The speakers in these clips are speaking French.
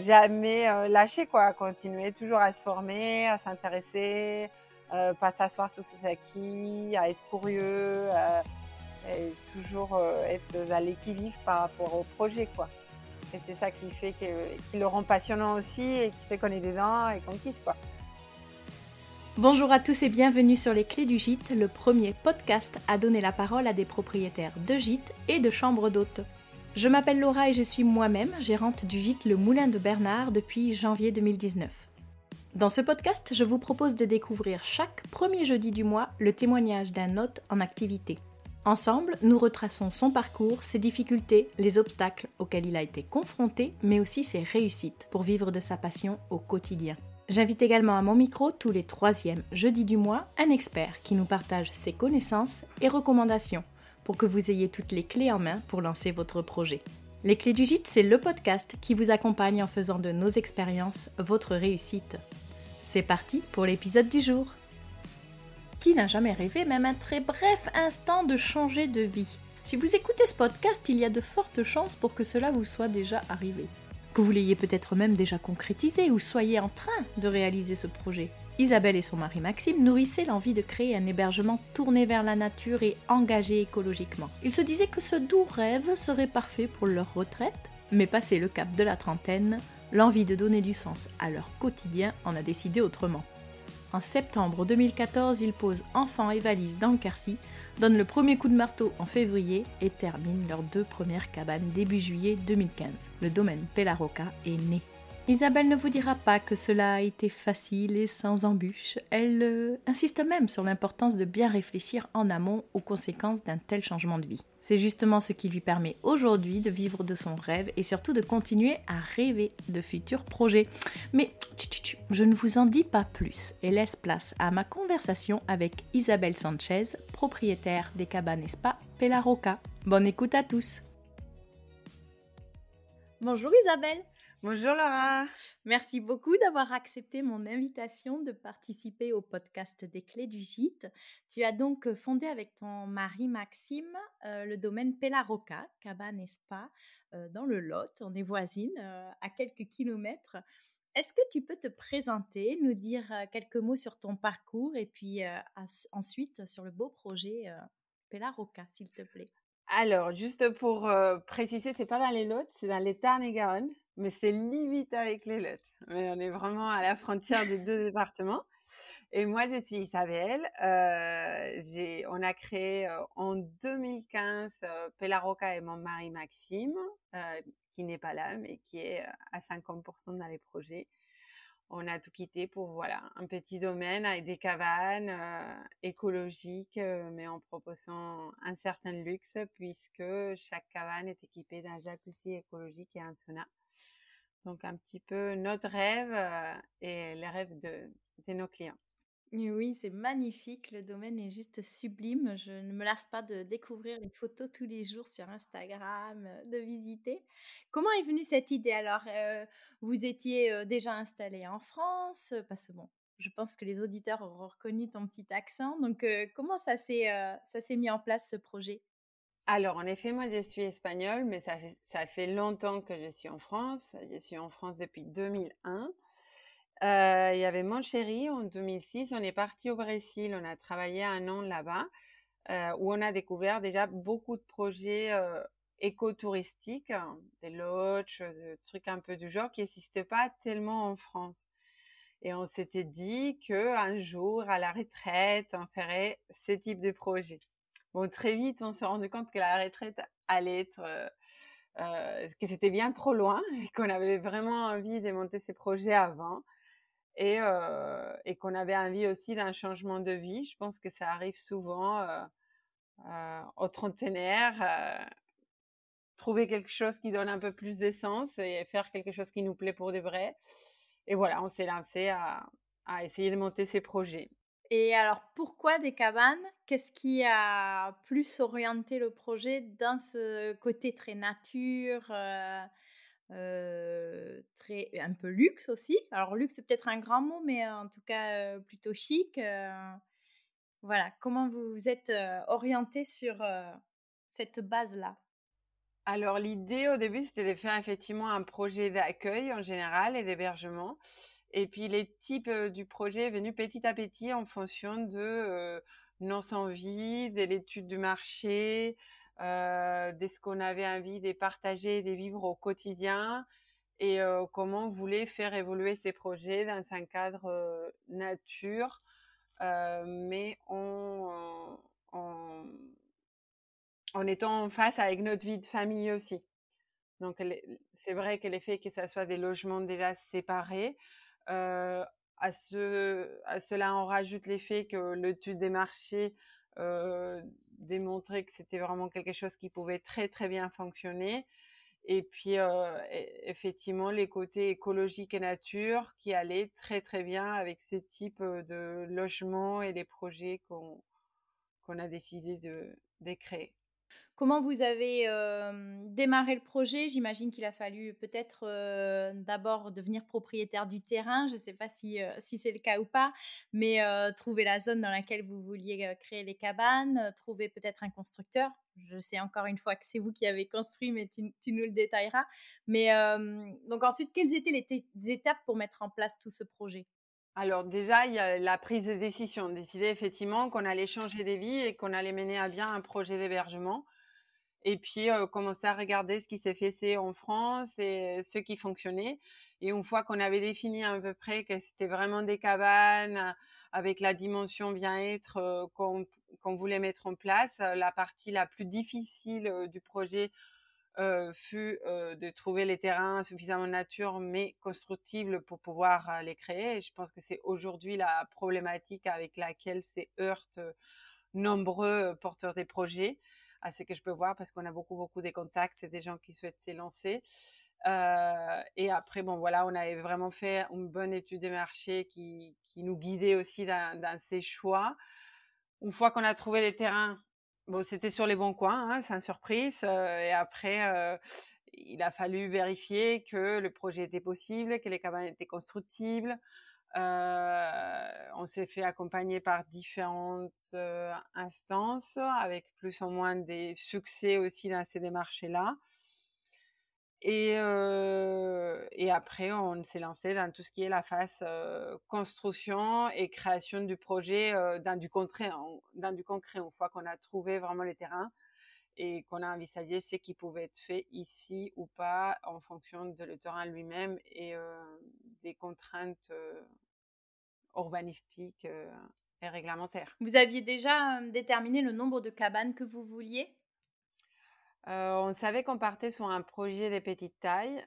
jamais lâcher, quoi. Continuer toujours à se former, à s'intéresser, pas s'asseoir sur ses acquis, à être curieux, et toujours être à l'équilibre par rapport au projet, quoi. Et c'est ça qui le rend passionnant aussi et qui fait qu'on est dedans et qu'on kiffe, quoi. Bonjour à tous et bienvenue sur les Clés du Gîte, le premier podcast à donner la parole à des propriétaires de gîtes et de chambres d'hôtes. Je m'appelle Laura et je suis moi-même gérante du gîte Le Moulin de Bernard depuis janvier 2019. Dans ce podcast, je vous propose de découvrir chaque premier jeudi du mois le témoignage d'un hôte en activité. Ensemble, nous retraçons son parcours, ses difficultés, les obstacles auxquels il a été confronté, mais aussi ses réussites pour vivre de sa passion au quotidien. J'invite également à mon micro tous les troisièmes jeudis du mois un expert qui nous partage ses connaissances et recommandations pour que vous ayez toutes les clés en main pour lancer votre projet. Les Clés du Gîte, c'est le podcast qui vous accompagne en faisant de nos expériences votre réussite. C'est parti pour l'épisode du jour. Qui n'a jamais rêvé, même un très bref instant, de changer de vie ? Si vous écoutez ce podcast, il y a de fortes chances pour que cela vous soit déjà arrivé. Que vous l'ayez peut-être même déjà concrétisé ou soyez en train de réaliser ce projet. Isabelle et son mari Maxime nourrissaient l'envie de créer un hébergement tourné vers la nature et engagé écologiquement. Ils se disaient que ce doux rêve serait parfait pour leur retraite, mais passé le cap de la trentaine, l'envie de donner du sens à leur quotidien en a décidé autrement. En septembre 2014, ils posent enfants et valises dans le Quercy, donnent le premier coup de marteau en février et terminent leurs 2 premières cabanes début juillet 2015. Le domaine Pelarocca est né. Isabelle ne vous dira pas que cela a été facile et sans embûches. Elle insiste même sur l'importance de bien réfléchir en amont aux conséquences d'un tel changement de vie. C'est justement ce qui lui permet aujourd'hui de vivre de son rêve et surtout de continuer à rêver de futurs projets. Mais je ne vous en dis pas plus et laisse place à ma conversation avec Isabelle Sanchez, propriétaire des cabanes et spa Pelarocca. Bonne écoute à tous. Bonjour Isabelle. Bonjour Laura. Merci beaucoup d'avoir accepté mon invitation de participer au podcast des Clés du Gîte. Tu as donc fondé avec ton mari Maxime le domaine Pelarocca, cabane et spa, dans le Lot. On est voisines à quelques kilomètres. Est-ce que tu peux te présenter, nous dire quelques mots sur ton parcours et puis ensuite sur le beau projet Pelarocca, s'il te plaît? Alors, juste pour préciser, c'est pas dans les Lot, c'est dans les Tarn-et-Garonne, mais c'est limite avec les Lot. Mais on est vraiment à la frontière des deux départements. Et moi, je suis Isabelle. On a créé en 2015 Pelarocca et mon mari Maxime, qui n'est pas là, mais qui est à 50% dans les projets. On a tout quitté pour voilà un petit domaine avec des cabanes écologiques, mais en proposant un certain luxe puisque chaque cabane est équipée d'un jacuzzi écologique et un sauna. Donc un petit peu notre rêve et les rêves de nos clients. Et oui, c'est magnifique, le domaine est juste sublime. Je ne me lasse pas de découvrir les photos tous les jours sur Instagram, de visiter. Comment est venue cette idée alors? Vous étiez déjà installé en France? Parce que bon, je pense que les auditeurs auront reconnu ton petit accent. Donc, comment ça s'est mis en place ce projet? Alors en effet, moi je suis espagnole, mais ça fait longtemps que je suis en France. Je suis en France depuis 2001. Il y avait mon chéri en 2006. On est parti au Brésil. On a travaillé un an là-bas. Où on a découvert déjà beaucoup de projets écotouristiques, hein, des lodges, des trucs un peu du genre qui n'existaient pas tellement en France. Et on s'était dit qu'un jour, à la retraite, on ferait ce type de projet. Bon, très vite, on s'est rendu compte que la retraite allait être, que c'était bien trop loin et qu'on avait vraiment envie de monter ces projets avant et qu'on avait envie aussi d'un changement de vie. Je pense que ça arrive souvent aux trentenaires, trouver quelque chose qui donne un peu plus d'essence et faire quelque chose qui nous plaît pour de vrai. Et voilà, on s'est lancé à essayer de monter ces projets. Et alors, pourquoi des cabanes? Qu'est-ce qui a plus orienté le projet dans ce côté très nature, très un peu luxe aussi? Alors luxe, c'est peut-être un grand mot, mais en tout cas, plutôt chic, voilà. Comment vous vous êtes, orientés sur, cette base-là? Alors l'idée au début, c'était de faire effectivement un projet d'accueil en général et d'hébergement. Et puis les types du projet est venu petit à petit en fonction de nos envies, de l'étude du marché, de ce qu'on avait envie de partager et de vivre au quotidien et comment on voulait faire évoluer ces projets dans un cadre nature, mais en, en étant en face avec notre vie de famille aussi. Donc, c'est vrai que l'effet que ça soit des logements déjà séparés, à cela, on rajoute l'effet que l'étude des marchés démontrait que c'était vraiment quelque chose qui pouvait très, très bien fonctionner. Et puis, effectivement, les côtés écologiques et nature qui allaient très, très bien avec ces types de logements et les projets qu'on a décidé de créer. Comment vous avez, démarré le projet? J'imagine qu'il a fallu peut-être, d'abord devenir propriétaire du terrain. Je ne sais pas si c'est le cas ou pas, mais trouver la zone dans laquelle vous vouliez, créer les cabanes, trouver peut-être un constructeur. Je sais encore une fois que c'est vous qui avez construit, mais tu nous le détailleras. Mais donc ensuite, quelles étaient les étapes pour mettre en place tout ce projet? Alors déjà, il y a la prise de décision, décider effectivement qu'on allait changer des vies et qu'on allait mener à bien un projet d'hébergement. Et puis commencer à regarder ce qui s'est fait en France et ce qui fonctionnait. Et une fois qu'on avait défini à peu près que c'était vraiment des cabanes avec la dimension bien-être qu'on voulait mettre en place, la partie la plus difficile du projet fut de trouver les terrains suffisamment nature mais constructibles pour pouvoir les créer. Et je pense que c'est aujourd'hui la problématique avec laquelle se heurtent nombreux porteurs des projets, à ce que je peux voir, parce qu'on a beaucoup, beaucoup de contacts des gens qui souhaitent s'élancer. Et après, bon, voilà, on avait vraiment fait une bonne étude de marché qui nous guidait aussi dans ces choix. Une fois qu'on a trouvé les terrains, bon, c'était sur les bons coins, hein, sans surprise. Et après, il a fallu vérifier que le projet était possible, que les cabanes étaient constructibles. On s'est fait accompagner par différentes instances, avec plus ou moins des succès aussi dans ces démarches-là. Et après, on s'est lancé dans tout ce qui est la phase construction et création du projet dans du concret. Dans du concret, une fois qu'on a trouvé vraiment les terrains et qu'on a envisagé ce qui pouvait être fait ici ou pas en fonction de le terrain lui-même et des contraintes urbanistiques et réglementaires. Vous aviez déjà, déterminé le nombre de cabanes que vous vouliez? On savait qu'on partait sur un projet de petite taille.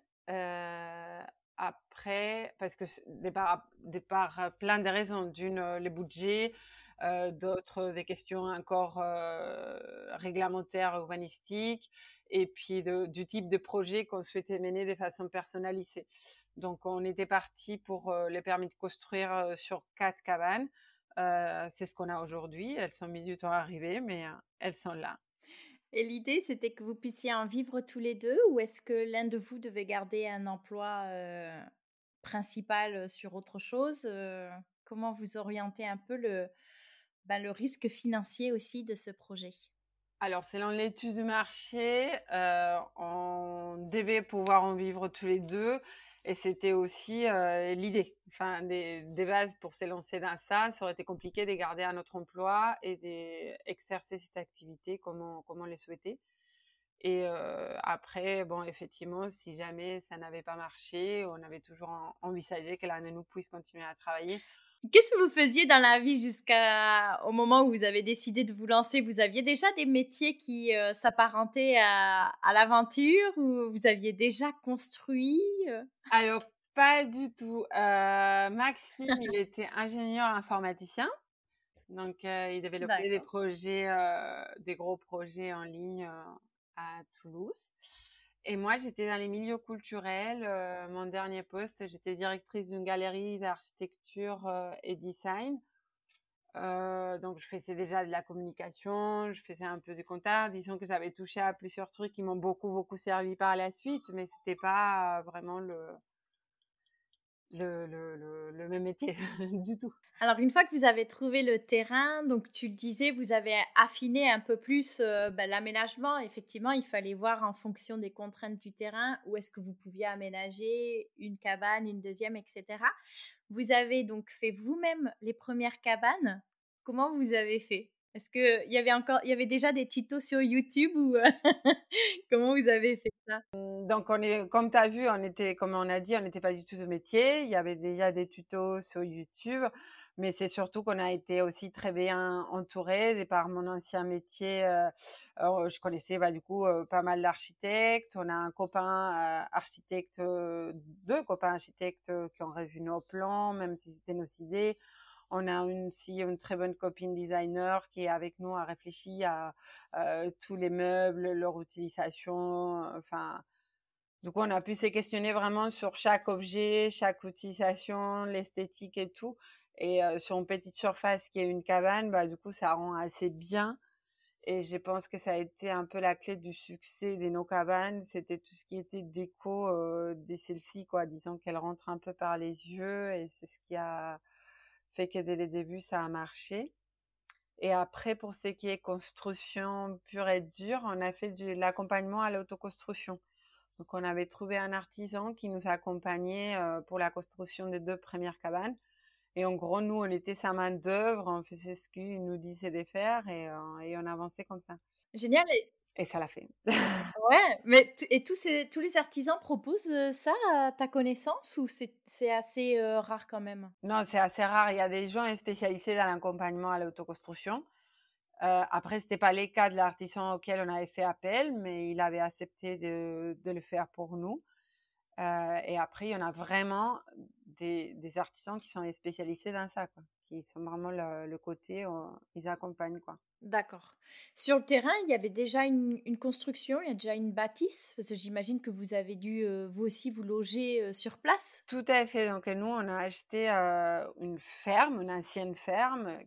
Après, parce que de par plein de raisons. D'une, les budgets, d'autres, des questions encore réglementaires, urbanistiques, et puis du type de projet qu'on souhaitait mener de façon personnalisée. Donc, on était parti pour les permis de construire sur 4 cabanes. C'est ce qu'on a aujourd'hui. Elles sont mis du temps à arriver, mais elles sont là. Et l'idée, c'était que vous puissiez en vivre tous les 2, ou est-ce que l'un de vous devait garder un emploi, principal, sur autre chose? Comment vous orientez un peu le risque financier aussi de ce projet? Alors, selon l'étude du marché, on devait pouvoir en vivre tous les 2, et c'était aussi l'idée. Enfin, des bases pour s'élancer dans ça. Ça aurait été compliqué de garder un autre emploi et d'exercer cette activité comme on le souhaitait. Et après, bon, effectivement, si jamais ça n'avait pas marché, on avait toujours envisagé que l'un de nous puisse continuer à travailler. Qu'est-ce que vous faisiez dans la vie jusqu'au moment où vous avez décidé de vous lancer? Vous aviez déjà des métiers qui, s'apparentaient à l'aventure, ou vous aviez déjà construit, Alors, pas du tout. Maxime, il était ingénieur informaticien. Donc, il développait des D'accord. projets, des gros projets en ligne à Toulouse. Et moi, j'étais dans les milieux culturels. Mon dernier poste, j'étais directrice d'une galerie d'architecture et design. Donc, je faisais déjà de la communication, je faisais un peu de compta. Disons que j'avais touché à plusieurs trucs qui m'ont beaucoup, beaucoup servi par la suite, mais c'était pas vraiment le même métier du tout. Alors une fois que vous avez trouvé le terrain, donc tu le disais, vous avez affiné un peu plus, l'aménagement. Effectivement, il fallait voir en fonction des contraintes du terrain où est-ce que vous pouviez aménager une cabane, une deuxième, et cetera. Vous avez donc fait vous-même les premières cabanes. Comment vous avez fait? Est-ce qu'il y avait déjà des tutos sur YouTube ou comment vous avez fait ça? Donc comme tu as vu, comme on a dit, on n'était pas du tout de métier. Il y avait déjà des tutos sur YouTube, mais c'est surtout qu'on a été aussi très bien entourés par mon ancien métier. Je connaissais du coup pas mal d'architectes. On a un copain architecte, 2 copains architectes qui ont revu nos plans, même si c'était nos idées. On a aussi une très bonne copine designer qui est avec nous, a réfléchi à tous les meubles, leur utilisation, enfin. Du coup, on a pu se questionner vraiment sur chaque objet, chaque utilisation, l'esthétique et tout. Et sur une petite surface qui est une cabane, du coup, ça rend assez bien. Et je pense que ça a été un peu la clé du succès de nos cabanes. C'était tout ce qui était déco de celle-ci, quoi. Disons qu'elle rentre un peu par les yeux et c'est ce qui a fait que dès le début, ça a marché. Et après, pour ce qui est construction pure et dure, on a fait de l'accompagnement à l'autoconstruction. Donc, on avait trouvé un artisan qui nous accompagnait pour la construction des 2 premières cabanes. Et en gros, nous, on était sa main d'œuvre, on faisait ce qu'il nous disait de faire et on avançait comme ça. Génial. Et ça l'a fait. Ouais, mais tous les artisans proposent, ça à ta connaissance ou c'est assez, rare quand même? Non, c'est assez rare. Il y a des gens spécialisés dans l'accompagnement à l'autoconstruction. Après, c'était pas le cas de l'artisan auquel on avait fait appel, mais il avait accepté de le faire pour nous. Et après, il y en a vraiment des artisans qui sont spécialisés dans ça, quoi, qui sont vraiment le côté, ils accompagnent, quoi. D'accord. Sur le terrain, il y avait déjà une construction, il y a déjà une bâtisse? Parce que j'imagine que vous avez dû, vous aussi vous loger, sur place? Tout à fait. Donc, nous, on a acheté une ferme, une ancienne ferme,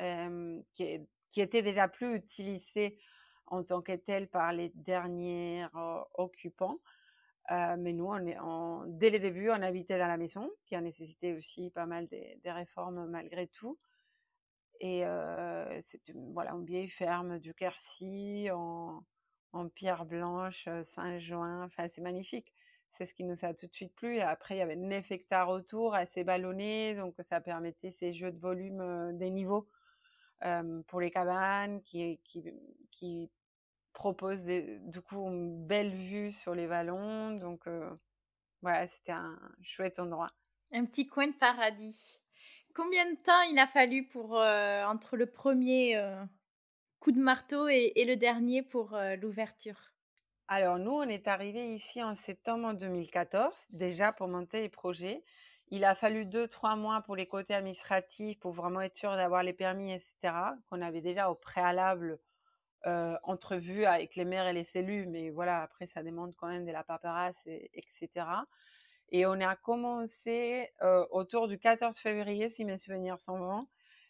qui était déjà plus utilisée en tant que telle par les derniers occupants. Mais nous, dès le début, on habitait dans la maison, qui a nécessité aussi pas mal des réformes malgré tout. Et c'est une vieille ferme du Quercy en pierre blanche, Saint-Join, enfin c'est magnifique. C'est ce qui nous a tout de suite plu et après il y avait 9 hectares autour, assez ballonnés, donc ça permettait ces jeux de volume, des niveaux, pour les cabanes qui proposent du coup une belle vue sur les vallons, donc voilà, c'était un chouette endroit. Un petit coin de paradis. Combien de temps il a fallu pour, entre le premier coup de marteau et le dernier pour, l'ouverture? Alors nous, on est arrivés ici en septembre 2014, déjà pour monter les projets. Il a fallu 2-3 mois pour les côtés administratifs, pour vraiment être sûr d'avoir les permis, etc., qu'on avait déjà au préalable entrevu avec les maires et les élus, mais voilà, après ça demande quand même de la paperasse, etc. Et on a commencé autour du 14 février, si mes souvenirs sont bons,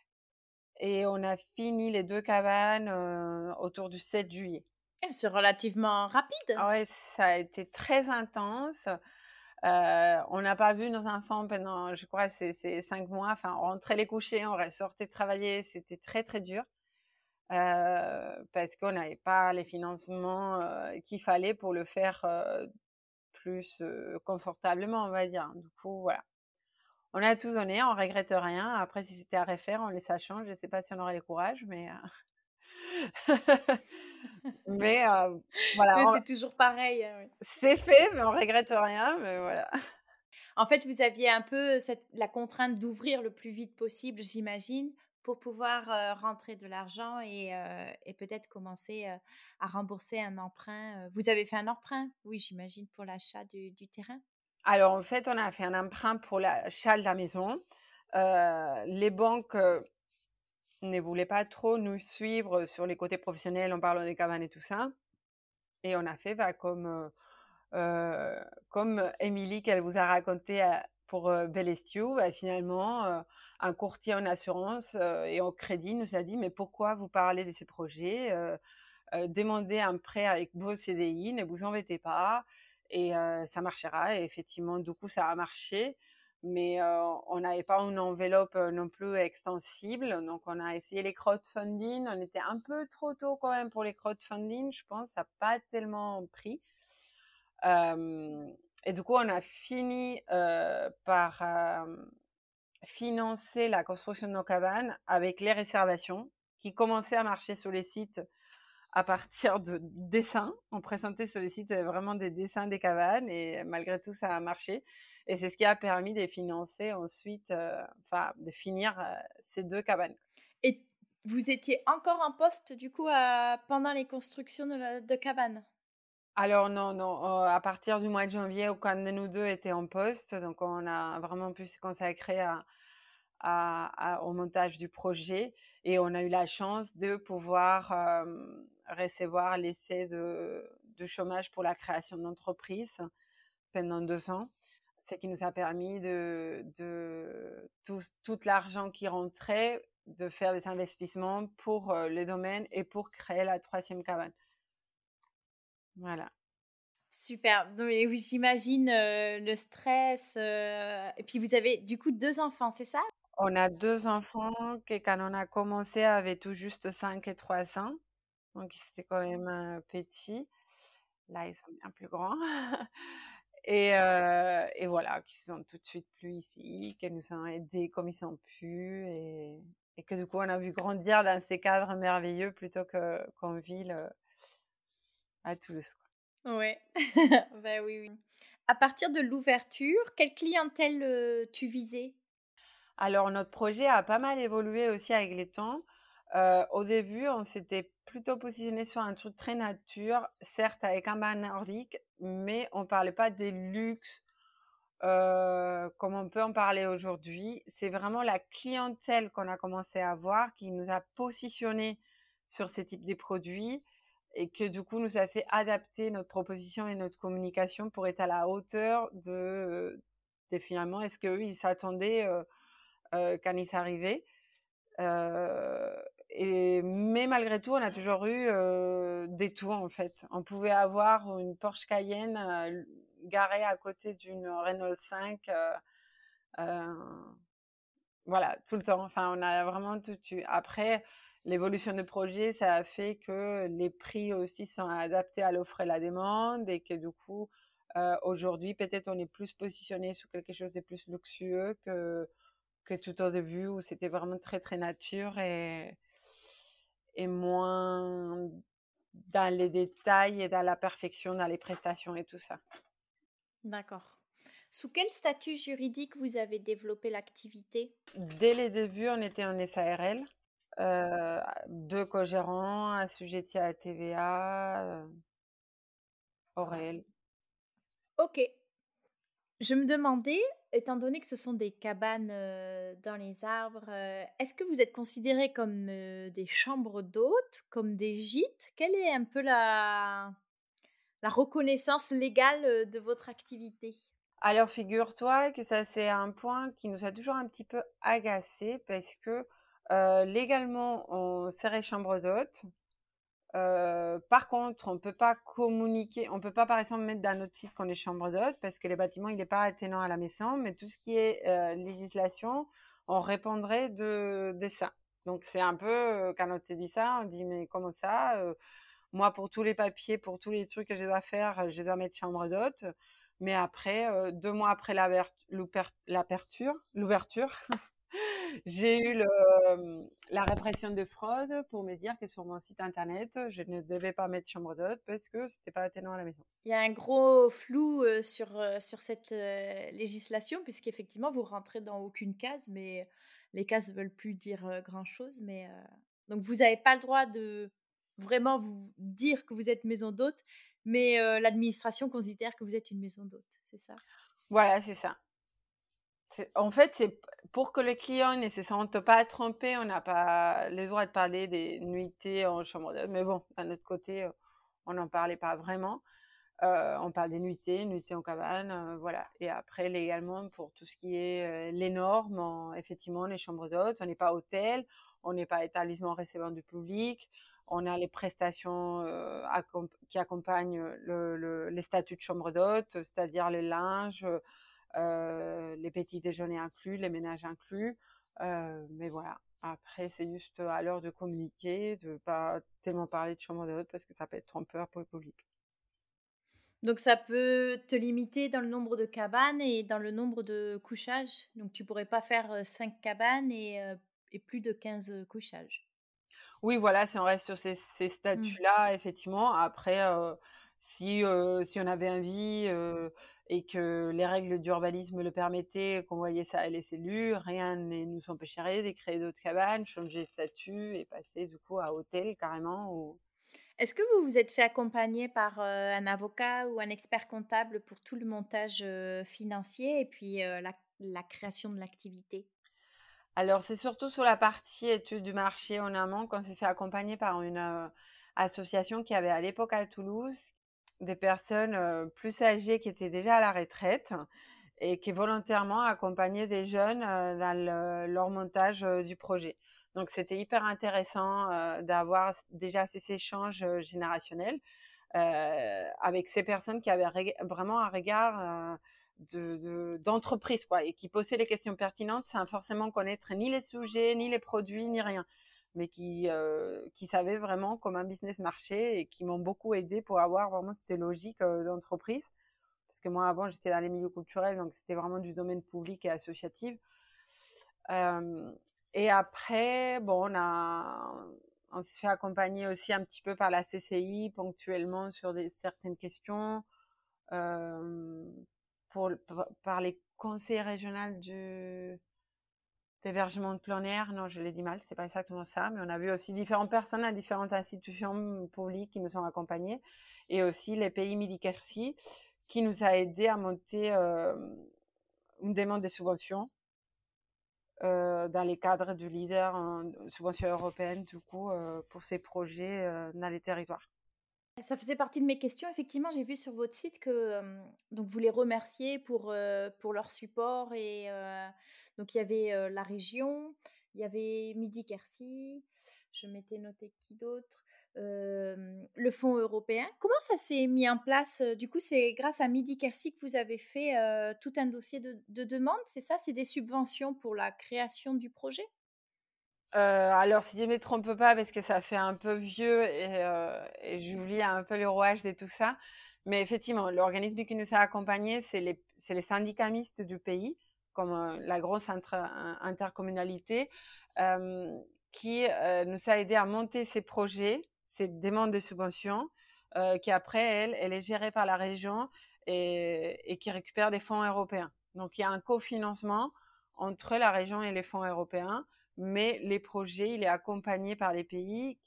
et on a fini les 2 cabanes autour du 7 juillet. C'est relativement rapide. Ah ouais, ça a été très intense. On n'a pas vu nos enfants pendant, je crois, ces 5 mois. Enfin, on rentrait les coucher, on sortait travailler. C'était très, très dur parce qu'on n'avait pas les financements qu'il fallait pour le faire plus confortablement, on va dire. Du coup, voilà. On a tout donné, on regrette rien. Après, si c'était à refaire, on laisse ça change. Je ne sais pas si on aurait le courage, mais mais voilà, Mais c'est toujours pareil, oui. c'est fait, mais on regrette rien. Mais voilà. En fait, vous aviez un peu la contrainte d'ouvrir le plus vite possible, j'imagine, pour pouvoir, rentrer de l'argent et peut-être commencer, à rembourser un emprunt, vous avez fait un emprunt? Oui, j'imagine pour l'achat du terrain? Alors, en fait, on a fait un emprunt pour l'achat de la maison. Les banques ne voulaient pas trop nous suivre sur les côtés professionnels en parlant des cabanes et tout ça. Et on a fait comme Émilie qu'elle vous a raconté pour Bellestiou, finalement, un courtier en assurance et en crédit nous a dit, mais pourquoi vous parlez de ces projets? Demandez un prêt avec vos CDI, ne vous embêtez pas et ça marchera. Et effectivement, du coup, ça a marché. mais on n'avait pas une enveloppe non plus extensible. Donc, on a essayé les crowdfunding. On était un peu trop tôt quand même pour les crowdfunding, je pense. Ça n'a pas tellement pris. Et du coup, on a fini par financer la construction de nos cabanes avec les réservations qui commençaient à marcher sur les sites à partir de dessins. On présentait sur les sites vraiment des dessins des cabanes et malgré tout, ça a marché. Et c'est ce qui a permis de financer ensuite, de finir ces 2 cabanes. Et vous étiez encore en poste du coup pendant les constructions de cabanes? Alors non, non, à partir du mois de janvier, aucun de nous 2 était en poste, donc on a vraiment pu se consacrer au montage du projet et on a eu la chance de pouvoir recevoir l'essai de chômage pour la création d'entreprise pendant 2 ans, ce qui nous a permis de tout l'argent qui rentrait, de faire des investissements pour le domaine et pour créer la 3e cabane. Voilà. Super. Donc et oui, j'imagine, le stress, et puis vous avez du coup 2 enfants, c'est ça? On a 2 enfants qui, quand on a commencé, avaient tout juste 5 et 3 ans, donc ils étaient quand même petits. Là, ils sont bien plus grands. Et voilà, qui sont tout de suite plus ici, qui nous ont aidés comme ils ont pu et que du coup, on a vu grandir dans ces cadres merveilleux plutôt qu'en ville, à Toulouse, quoi. Ouais. Bah, oui, oui. À partir de l'ouverture, quelle clientèle, tu visais? Alors notre projet a pas mal évolué aussi avec les temps. Au début, on s'était plutôt positionné sur un truc très nature, certes avec un bain nordique, mais on parlait pas des luxes, comme on peut en parler aujourd'hui. C'est vraiment la clientèle qu'on a commencé à avoir qui nous a positionnés sur ces types de produits et que du coup nous a fait adapter notre proposition et notre communication pour être à la hauteur de finalement est-ce qu'eux ils s'attendaient quand ils arrivaient. Mais malgré tout, on a toujours eu des tours en fait. On pouvait avoir une Porsche Cayenne garée à côté d'une Renault 5. Euh, voilà, tout le temps. Enfin, on a vraiment tout eu. Après, l'évolution du projet, ça a fait que les prix aussi sont adaptés à l'offre et la demande et que du coup, aujourd'hui, peut-être on est plus positionné sur quelque chose de plus luxueux que tout au début où c'était vraiment très très nature et moins dans les détails et dans la perfection, dans les prestations et tout ça. D'accord. Sous quel statut juridique vous avez développé l'activité? Dès les débuts, on était en SARL, 2 co-gérants assujettis à la TVA, au réel. OK. Je me demandais, étant donné que ce sont des cabanes, dans les arbres, est-ce que vous êtes considérés comme, des chambres d'hôtes, comme des gîtes? Quelle est un peu la reconnaissance légale, de votre activité? Alors figure-toi que ça c'est un point qui nous a toujours un petit peu agacé parce que légalement on serait chambre d'hôte. Par contre, on peut pas communiquer, on peut pas par exemple mettre dans notre site qu'on est chambre d'hôte parce que le bâtiment il n'est pas attenant à la maison, mais tout ce qui est législation, on répondrait de ça. Donc c'est un peu quand on te dit ça, on dit mais comment ça moi pour tous les papiers, pour tous les trucs que je dois faire, je dois mettre chambre d'hôte. Mais après, 2 mois après l'ouverture, j'ai eu la répression de fraude pour me dire que sur mon site internet, je ne devais pas mettre chambre d'hôte parce que c'était pas attenant à la maison. Il y a un gros flou, sur cette, législation puisqu'effectivement vous rentrez dans aucune case, mais les cases veulent plus dire, grand-chose, mais donc vous n'avez pas le droit de vraiment vous dire que vous êtes maison d'hôte, mais l'administration considère que vous êtes une maison d'hôte, c'est ça? Voilà, c'est ça. En fait, c'est pour que le client ne se sente pas trompé, on n'a pas le droit de parler des nuitées en chambre d'hôte. Mais bon, d'un autre côté, on n'en parlait pas vraiment. On parle des nuitées en cabane, voilà. Et après, légalement, pour tout ce qui est les normes, effectivement, les chambres d'hôtes, on n'est pas hôtel, on n'est pas établissement recevant du public, on a les prestations qui accompagnent les statuts de chambre d'hôte, c'est-à-dire le linge, les petits déjeuners inclus, les ménages inclus. Mais voilà, après, c'est juste à l'heure de communiquer, de pas tellement parler de chambre d'hôte parce que ça peut être trompeur pour le public. Donc ça peut te limiter dans le nombre de cabanes et dans le nombre de couchages. Donc tu pourrais pas faire 5 cabanes et plus de 15 couchages. Oui, voilà, si on reste sur ces Mmh. statuts-là, effectivement. Après, si on avait envie, et que les règles d'urbanisme le permettaient, qu'on voyait ça à les cellules, rien ne nous empêcherait de créer d'autres cabanes, changer de statut et passer du coup à hôtel carrément ou Est-ce que vous vous êtes fait accompagner par, un avocat ou un expert comptable pour tout le montage, financier et puis, la création de l'activité? alors c'est surtout sur la partie étude du marché en amont qu'on s'est fait accompagner par une, association qui avait à l'époque à Toulouse des personnes, plus âgées qui étaient déjà à la retraite et qui volontairement accompagnaient des jeunes, dans leur montage, du projet. Donc c'était hyper intéressant, d'avoir déjà ces échanges, générationnels, avec ces personnes qui avaient vraiment un regard, d'entreprise quoi et qui posaient les questions pertinentes sans forcément connaître ni les sujets, ni les produits, ni rien. Mais qui savaient vraiment comment un business marchait et qui m'ont beaucoup aidé pour avoir vraiment cette logique, d'entreprise. Parce que moi, avant, j'étais dans les milieux culturels, donc c'était vraiment du domaine public et associatif. Euh, et après, bon, on se fait accompagner aussi un petit peu par la CCI ponctuellement sur certaines questions, euh, par les conseils régionaux d'hébergement de plein air. Non, je l'ai dit mal, c'est pas exactement ça, mais on a vu aussi différentes personnes à différentes institutions publiques qui nous ont accompagnés et aussi les pays Midi-Quercy qui nous a aidé à monter une demande de subventions dans les cadres du leader en subvention européenne, du coup, pour ces projets dans les territoires. Ça faisait partie de mes questions. Effectivement, j'ai vu sur votre site que, donc vous les remerciez pour leur support donc il y avait, la région, il y avait Midi-Quercy, je m'étais noté qui d'autre? Le fonds européen. Comment ça s'est mis en place, du coup, c'est grâce à Midi-Quercy que vous avez fait, tout un dossier de demande, c'est ça? C'est des subventions pour la création du projet? Alors, si je ne me trompe pas, parce que ça fait un peu vieux et j'oublie un peu le rouage de tout ça, mais effectivement, l'organisme qui nous a accompagnés, c'est les syndicats mixtes du pays, comme la grosse intercommunalité, euh, qui nous a aidé à monter ces projets, ces demandes de subventions, qui après, elle est gérée par la région et qui récupère des fonds européens. Donc, il y a un cofinancement entre la région et les fonds européens, mais les projets, il est accompagné par les pays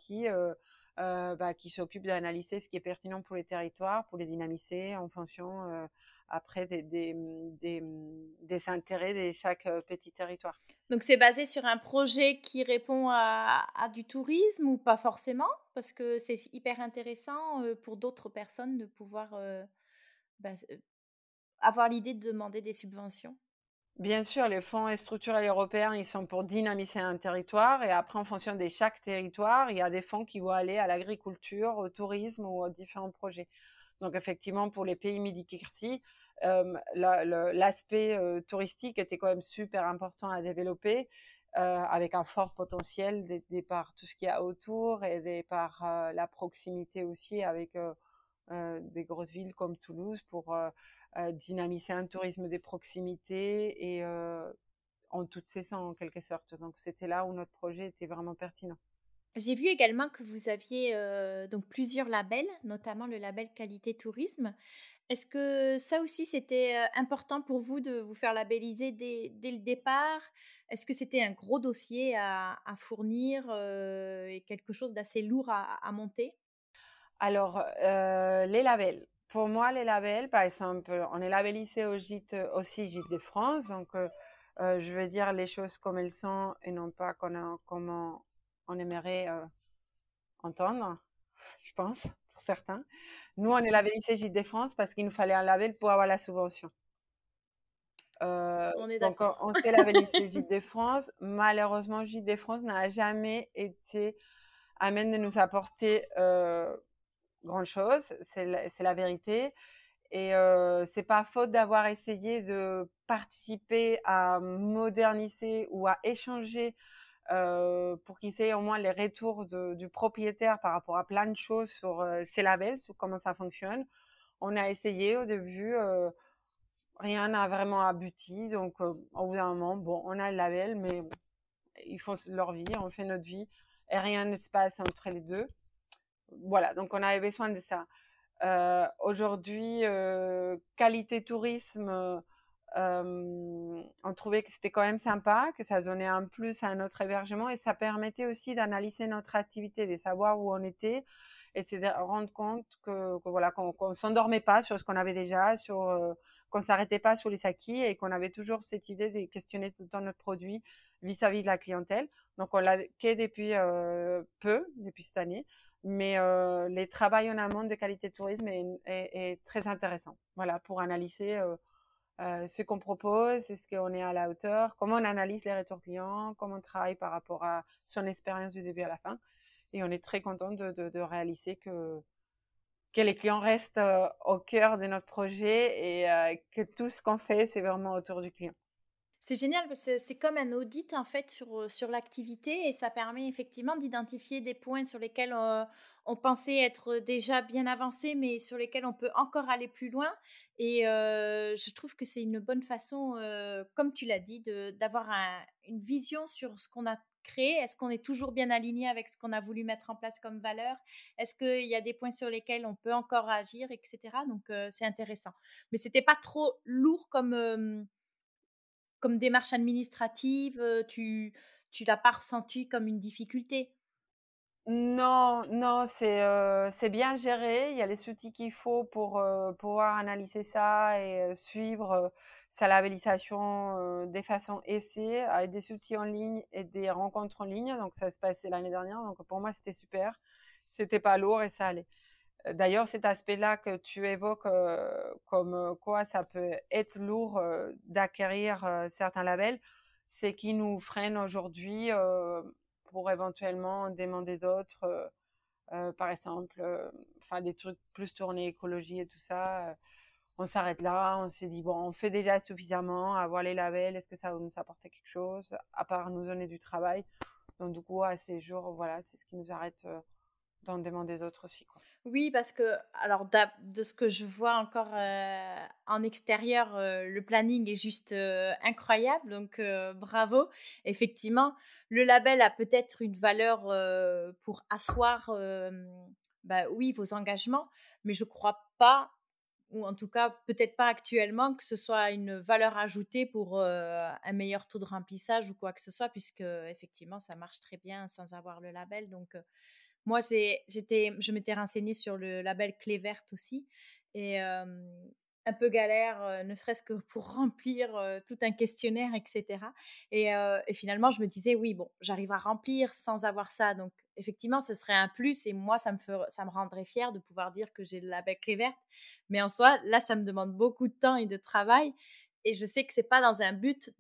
qui s'occupent d'analyser ce qui est pertinent pour les territoires, pour les dynamiser en fonction après des intérêts de chaque petit territoire. Donc c'est basé sur un projet qui répond à du tourisme ou pas forcément? Parce que c'est hyper intéressant, pour d'autres personnes de pouvoir, bah, avoir l'idée de demander des subventions. Bien sûr, les fonds structurels européens, ils sont pour dynamiser un territoire et après, en fonction de chaque territoire, il y a des fonds qui vont aller à l'agriculture, au tourisme ou aux différents projets. Donc, effectivement, pour les pays Midi-Quercy, l'aspect touristique était quand même super important à développer, avec un fort potentiel par tout ce qu'il y a autour et par la proximité aussi avec des grosses villes comme Toulouse pour dynamiser un tourisme de proximité et en toutes saisons en quelque sorte. Donc c'était là où notre projet était vraiment pertinent. J'ai vu également que vous aviez, donc plusieurs labels, notamment le label qualité tourisme. Est-ce que ça aussi c'était, important pour vous de vous faire labelliser dès le départ? Est-ce que c'était un gros dossier à fournir, et quelque chose d'assez lourd à monter? Alors, les labels. Pour moi, les labels, par exemple, on est labellisé au gîte, aussi Gîte de France. Donc, je vais dire les choses comme elles sont et non pas comment on aimerait entendre, je pense, pour certains. Nous, on est labellisé Gîte de France parce qu'il nous fallait un label pour avoir la subvention. On est Donc, d'accord. on s'est labellisé Gîte de France. Malheureusement, Gîte de France n'a jamais été à même de nous apporter grand chose. C'est la vérité. Et c'est pas faute d'avoir essayé de participer à moderniser ou à échanger pour qu'ils aient au moins les retours du propriétaire par rapport à plein de choses sur ces labels, sur comment ça fonctionne. On a essayé au début, rien n'a vraiment abouti. Donc, au bout d'un moment, bon, on a le label, mais ils font leur vie, on fait notre vie, et rien ne se passe entre les deux. Voilà, donc on avait besoin de ça. Aujourd'hui, qualité tourisme, on trouvait que c'était quand même sympa, que ça donnait un plus à notre hébergement et ça permettait aussi d'analyser notre activité, de savoir où on était et c'est de rendre compte que voilà, qu'on s'endormait pas sur ce qu'on avait déjà, qu'on s'arrêtait pas sur les acquis et qu'on avait toujours cette idée de questionner tout le temps notre produit vis-à-vis de la clientèle. Donc on l'a fait depuis depuis cette année. Mais les travaux en amont de qualité de tourisme est très intéressant. Voilà, pour analyser ce qu'on propose, est-ce qu'on est à la hauteur, comment on analyse les retours clients, comment on travaille par rapport à son expérience du début à la fin. Et on est très content de réaliser que les clients restent au cœur de notre projet et que tout ce qu'on fait, c'est vraiment autour du client. C'est génial parce que c'est comme un audit en fait sur l'activité et ça permet effectivement d'identifier des points sur lesquels on pensait être déjà bien avancé mais sur lesquels on peut encore aller plus loin et je trouve que c'est une bonne façon, comme tu l'as dit, d'avoir une vision sur ce qu'on a créé. Est-ce qu'on est toujours bien aligné avec ce qu'on a voulu mettre en place comme valeur? Est-ce qu'il y a des points sur lesquels on peut encore agir, etc. Donc c'est intéressant. Mais c'était pas trop lourd comme démarche administrative, tu l'as pas ressenti comme une difficulté? Non, non, c'est bien géré. Il y a les outils qu'il faut pour pouvoir analyser ça et suivre sa labellisation de façon aisée avec des outils en ligne et des rencontres en ligne. Donc ça se passait l'année dernière. Donc pour moi c'était super. C'était pas lourd et ça allait. D'ailleurs cet aspect-là que tu évoques comme quoi ça peut être lourd d'acquérir certains labels, c'est qui nous freine aujourd'hui pour éventuellement demander d'autres, par exemple, enfin des trucs plus tournés écologie et tout ça. On s'arrête là, on s'est dit bon, on fait déjà suffisamment, avoir les labels, est-ce que ça va nous apporter quelque chose, à part nous donner du travail. Donc du coup, à ces jours, voilà, c'est ce qui nous arrête d'en demander d'autres aussi, quoi. Oui, parce que alors de ce que je vois encore, en extérieur, le planning est juste, incroyable donc bravo. Effectivement, le label a peut-être une valeur, pour asseoir, bah, oui, vos engagements, mais je crois pas ou en tout cas peut-être pas actuellement que ce soit une valeur ajoutée pour, un meilleur taux de remplissage ou quoi que ce soit puisque effectivement ça marche très bien sans avoir le label donc moi, je m'étais renseignée sur le label Clé verte aussi et un peu galère, ne serait-ce que pour remplir, tout un questionnaire et cetera et finalement, je me disais: «Oui, bon, j'arrive à remplir sans avoir ça», donc effectivement, ce serait un plus et moi, ça me rendrait fière de pouvoir dire que j'ai le label Clé verte, mais en soi, là, ça me demande beaucoup de temps et de travail et je sais que c'est pas dans un but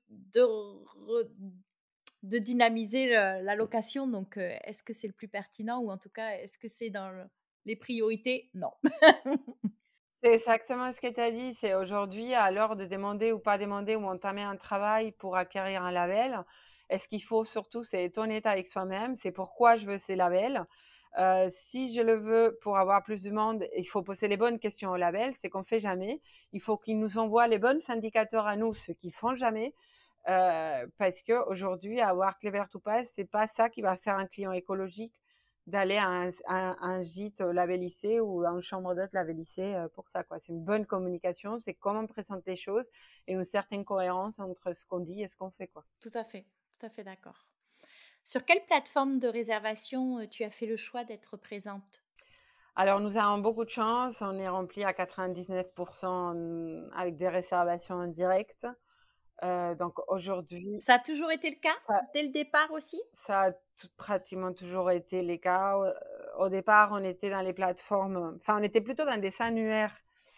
de dynamiser la location. Donc, est-ce que c'est le plus pertinent ou en tout cas, est-ce que c'est dans les priorités? Non. C'est exactement ce que tu as dit. C'est aujourd'hui, à l'heure de demander ou pas demander ou entamer un travail pour acquérir un label. Et ce qu'il faut surtout, c'est être honnête avec soi-même. C'est pourquoi je veux ces labels. Si je le veux pour avoir plus de monde, il faut poser les bonnes questions au label. C'est qu'on fait jamais. Il faut qu'ils nous envoient les bons indicateurs à nous, ce qu'ils font jamais. Parce que aujourd'hui, avoir Clever ou pas, c'est pas ça qui va faire un client écologique d'aller à un gîte labellisé ou à une chambre d'hôte labellisée pour ça, quoi. C'est une bonne communication, c'est comment on présente les choses et une certaine cohérence entre ce qu'on dit et ce qu'on fait, quoi. Tout à fait d'accord. Sur quelle plateforme de réservation, tu as fait le choix d'être présente? Alors, nous avons beaucoup de chance, on est rempli à 99% avec des réservations en direct. Donc aujourd'hui, Ça a toujours été le cas, ça, dès le départ aussi? ça a pratiquement toujours été les cas. Au départ, on était dans les plateformes, enfin, on était plutôt dans des annuaires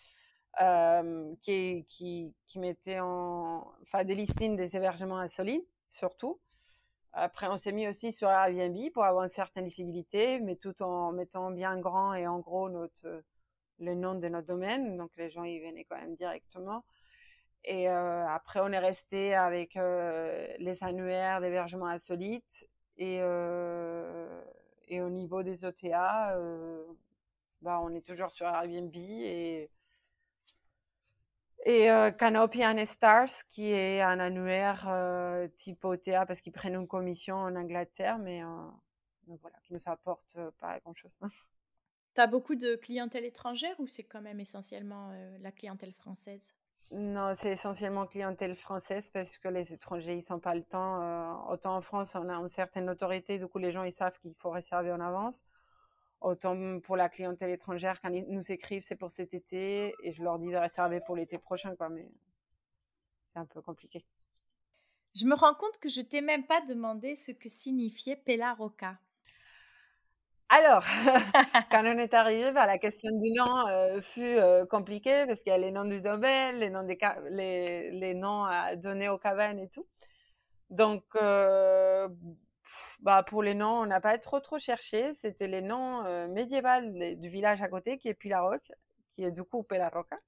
qui mettaient enfin, des listings des hébergements insolites, surtout. Après, on s'est mis aussi sur Airbnb pour avoir une certaine lisibilité, mais tout en mettant bien grand et en gros le nom de notre domaine, donc les gens y venaient quand même directement. Et après, on est resté avec les annuaires d'hébergement insolite et au niveau des OTA, on est toujours sur Airbnb et Canopy and Stars, qui est un annuaire type OTA parce qu'ils prennent une commission en Angleterre, mais voilà, qui nous apporte pas grand-chose. Tu as beaucoup de clientèle étrangère ou c'est quand même essentiellement la clientèle française? Non, c'est essentiellement clientèle française parce que les étrangers, ils n'ont pas le temps. Autant en France, on a une certaine autorité, du coup, les gens, ils savent qu'il faut réserver en avance. Autant pour la clientèle étrangère, quand ils nous écrivent, c'est pour cet été et je leur dis de réserver pour l'été prochain, quoi, mais c'est un peu compliqué. Je me rends compte que je t'ai même pas demandé ce que signifiait Pella Rocca. Alors, quand on est arrivé, la question du nom fut compliquée parce qu'il y a les noms du domaine, les noms à donner aux cabanes et tout. Donc, pour les noms, on n'a pas trop cherché. C'était les noms médiévaux du village à côté, qui est Pilarroc, qui est du coup Pelarroca.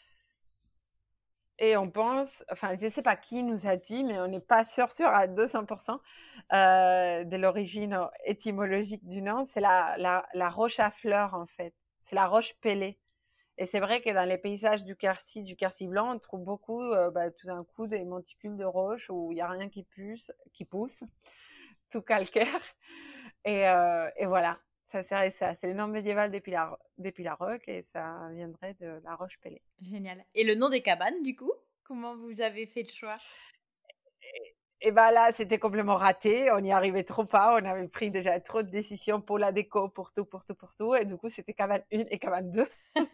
Et on pense, enfin, je ne sais pas qui nous a dit, mais on n'est pas sûr à 200% de l'origine étymologique du nom. C'est la roche à fleurs, en fait. C'est la roche pelée. Et c'est vrai que dans les paysages du Quercy blanc, on trouve beaucoup, tout d'un coup, des monticules de roches où il n'y a rien qui pousse, tout calcaire. Et voilà, ça serait ça. C'est le nom médiéval des Pilarrocs et ça viendrait de la roche pelée. Génial. Et le nom des cabanes, du coup? Comment vous avez fait le choix? Et là, c'était complètement raté. On n'y arrivait trop pas. On avait pris déjà trop de décisions pour la déco, pour tout. Et du coup, c'était cabane 1 et cabane 2.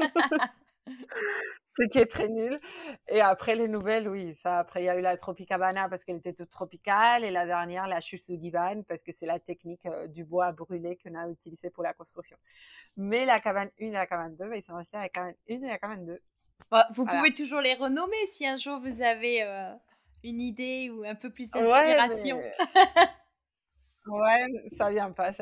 Ce qui est très nul. Et après, les nouvelles, oui, ça, après, il y a eu la Tropicabana parce qu'elle était toute tropicale. Et la dernière, la Chusugiban, parce que c'est la technique du bois brûlé qu'on a utilisé pour la construction. Mais la cabane 1 et la cabane 2, ils sont restés à la cabane 1 et la cabane 2. Vous pouvez toujours les renommer si un jour vous avez une idée ou un peu plus Ouais, d'inspiration. ouais, ça vient pas.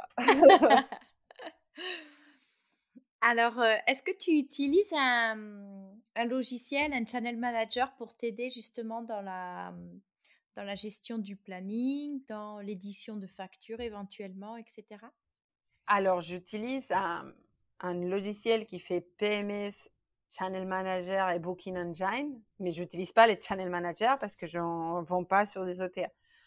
Alors, est-ce que tu utilises un logiciel, un channel manager pour t'aider justement dans la gestion du planning, dans l'édition de factures éventuellement, etc. Alors, j'utilise un logiciel qui fait PMS, Channel Manager et Booking Engine, mais je n'utilise pas les Channel Managers parce que je n'en vends pas sur des OTA.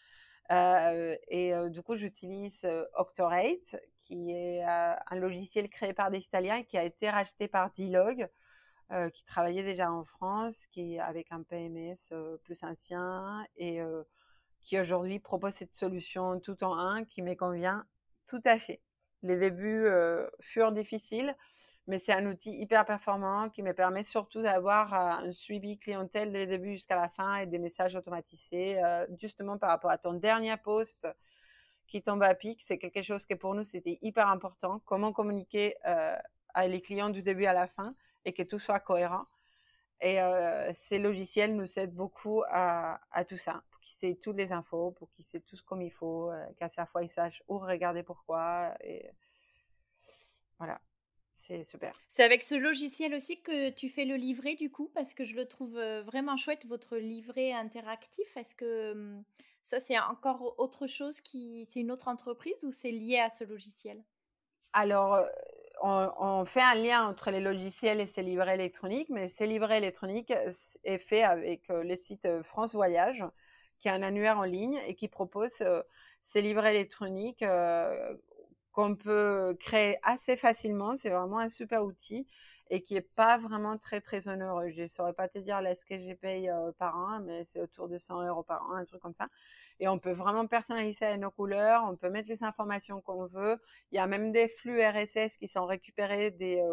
Du coup, j'utilise Octorate, qui est un logiciel créé par des Italiens qui a été racheté par D-Log, qui travaillait déjà en France, qui avec un PMS plus ancien et qui aujourd'hui propose cette solution tout en un qui me convient tout à fait. Les débuts furent difficiles, mais c'est un outil hyper performant qui me permet surtout d'avoir un suivi clientèle dès le début jusqu'à la fin et des messages automatisés. Justement, par rapport à ton dernier post qui tombe à pic, c'est quelque chose que pour nous, c'était hyper important. Comment communiquer avec les clients du début à la fin et que tout soit cohérent. Et ces logiciels nous aident beaucoup à tout ça, pour qu'ils sait toutes les infos, pour qu'ils sait tout comme il faut, qu'à chaque fois ils sachent où regarder pourquoi. Et voilà, c'est super. C'est avec ce logiciel aussi que tu fais le livret du coup, parce que je le trouve vraiment chouette, votre livret interactif. Est-ce que ça, c'est encore autre chose c'est une autre entreprise ou c'est lié à ce logiciel? Alors, on fait un lien entre les logiciels et ces livrets électroniques, mais ces livrets électroniques est fait avec le site France Voyage, qui est un annuaire en ligne et qui propose ces livrets électroniques qu'on peut créer assez facilement. C'est vraiment un super outil et qui n'est pas vraiment très, très onéreux. Je ne saurais pas te dire là ce que je paye par an, mais c'est autour de 100 € par an, un truc comme ça. Et on peut vraiment personnaliser nos couleurs, on peut mettre les informations qu'on veut. Il y a même des flux RSS qui sont récupérés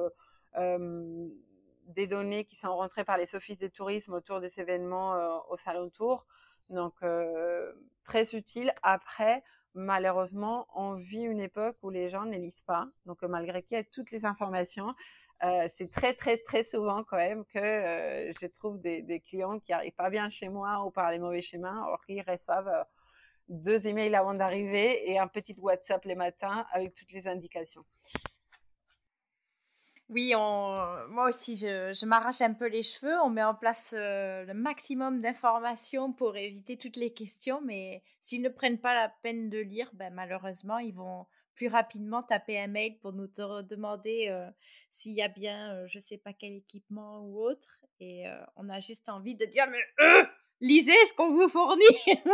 des données qui sont rentrées par les offices de tourisme autour des événements aux alentours. Donc, très utile. Après, malheureusement, on vit une époque où les gens ne lisent pas. Donc, malgré qu'il y ait toutes les informations, c'est très, très, très souvent quand même que je trouve des clients qui n'arrivent pas bien chez moi ou par les mauvais chemins, or qu'ils reçoivent 2 emails avant d'arriver et un petit WhatsApp les matins avec toutes les indications. Oui, moi aussi, je m'arrache un peu les cheveux. On met en place le maximum d'informations pour éviter toutes les questions, mais s'ils ne prennent pas la peine de lire, ben, malheureusement, ils vont plus rapidement taper un mail pour nous demander s'il y a bien, je ne sais pas quel équipement ou autre. Et on a juste envie de dire, mais lisez ce qu'on vous fournit.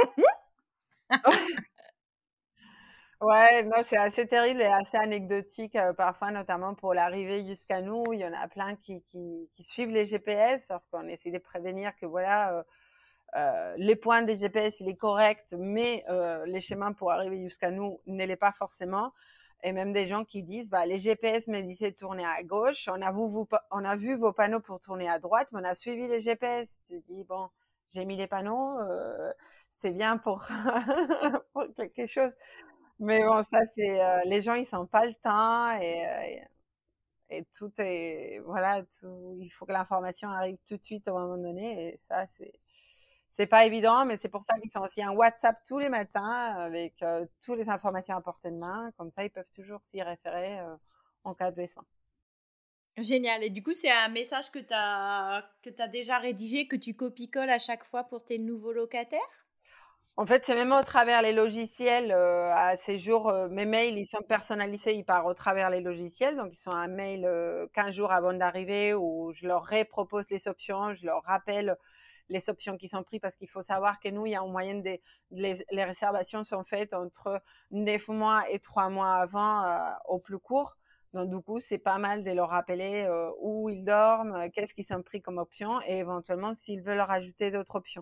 Ouais, non, c'est assez terrible et assez anecdotique parfois, notamment pour l'arrivée jusqu'à nous. Il y en a plein qui suivent les GPS, sauf qu'on essaie de prévenir que voilà, les points des GPS, il est correct, mais les chemins pour arriver jusqu'à nous ne l'est pas forcément. Et même des gens qui disent, bah, les GPS me disaient de tourner à gauche, on a vu vos panneaux pour tourner à droite, mais on a suivi les GPS. Tu dis, bon, j'ai mis les panneaux, c'est bien pour, pour quelque chose. Mais bon, ça, c'est les gens, ils sont pas le temps et tout est voilà, tout, il faut que l'information arrive tout de suite à un moment donné. Et ça, c'est pas évident, mais c'est pour ça qu'ils ont aussi un WhatsApp tous les matins avec toutes les informations à portée de main. Comme ça, ils peuvent toujours s'y référer en cas de besoin. Génial. Et du coup, c'est un message que t'as déjà rédigé, que tu copies-colles à chaque fois pour tes nouveaux locataires? En fait, c'est même au travers les logiciels. À ces jours, mes mails, ils sont personnalisés, ils partent au travers les logiciels. Donc, ils sont un mail 15 jours avant d'arriver où je leur repropose les options, je leur rappelle les options qui sont prises parce qu'il faut savoir que nous, il y a en moyenne les réservations sont faites entre 9 mois et 3 mois avant au plus court. Donc, du coup, c'est pas mal de leur rappeler où ils dorment, qu'est-ce qu'ils sont pris comme option et éventuellement s'ils veulent rajouter d'autres options.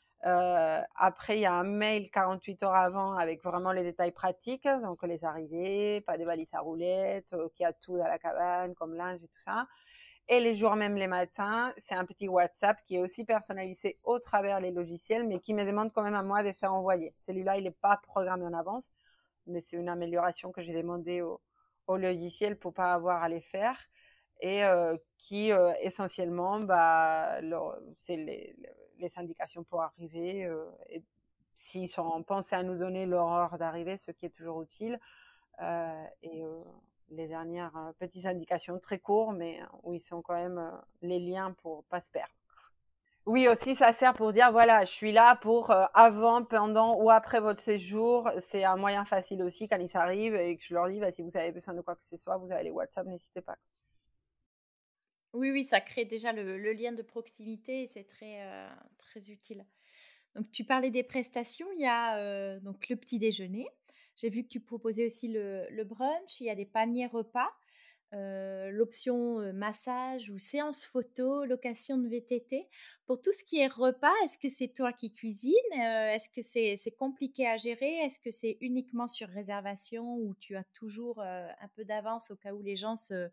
Après, il y a un mail 48 heures avant avec vraiment les détails pratiques, donc les arrivées, pas de valises à roulettes, qu'il y a tout dans la cabane, comme linge et tout ça. Et les jours même les matins, c'est un petit WhatsApp qui est aussi personnalisé au travers les logiciels, mais qui me demande quand même à moi de faire envoyer. Celui-là, il n'est pas programmé en avance, mais c'est une amélioration que j'ai demandé au logiciel pour pas avoir à les faire et qui essentiellement, bah, c'est les indications pour arriver. Et s'ils sont pensés à nous donner leur heure d'arrivée, ce qui est toujours utile, et les dernières petites indications très courtes, mais où ils sont quand même les liens pour pas se perdre. Oui, aussi, ça sert pour dire, voilà, je suis là pour avant, pendant ou après votre séjour. C'est un moyen facile aussi quand ils arrivent et que je leur dis, bah, si vous avez besoin de quoi que ce soit, vous avez les WhatsApp, n'hésitez pas. Oui, oui, ça crée déjà le lien de proximité et c'est très utile. Donc, tu parlais des prestations, il y a donc le petit déjeuner. J'ai vu que tu proposais aussi le brunch, il y a des paniers repas, l'option massage ou séance photo, location de VTT. Pour tout ce qui est repas, est-ce que c'est toi qui cuisines? Est-ce que c'est compliqué à gérer? Est-ce que c'est uniquement sur réservation ou tu as toujours un peu d'avance au cas où les gens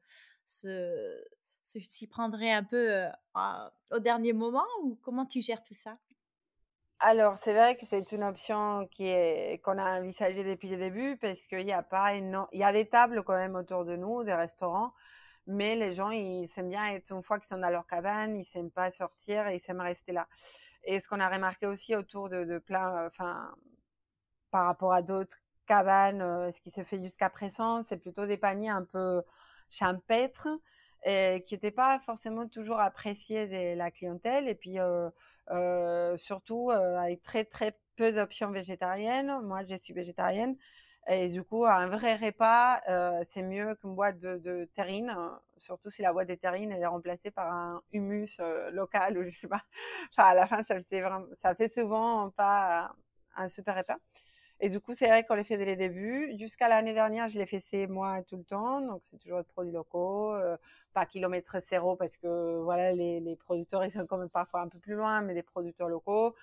se, s'y prendraient un peu au dernier moment ou comment tu gères tout ça? Alors, c'est vrai que c'est une option qu'on a envisagée depuis le début parce qu'il y a pas il y a des tables quand même autour de nous, des restaurants, mais les gens, ils aiment bien être, une fois qu'ils sont dans leur cabane, ils n'aiment pas sortir et ils aiment rester là. Et ce qu'on a remarqué aussi autour de plein, enfin, par rapport à d'autres cabanes, ce qui se fait jusqu'à présent, c'est plutôt des paniers un peu champêtres et qui n'étaient pas forcément toujours appréciés de la clientèle. Et puis, surtout avec très très peu d'options végétariennes. Moi, je suis végétarienne. Et du coup, un vrai repas, c'est mieux qu'une boîte de terrine, surtout si la boîte de terrine elle est remplacée par un hummus local ou je sais pas. Enfin, à la fin, ça fait souvent pas un super repas. Et du coup, c'est vrai qu'on les fait dès les débuts. Jusqu'à l'année dernière, je les faisais moi tout le temps. Donc, c'est toujours des produits locaux, pas kilomètre zéro parce que voilà, les producteurs, ils sont quand même parfois un peu plus loin, mais des producteurs locaux,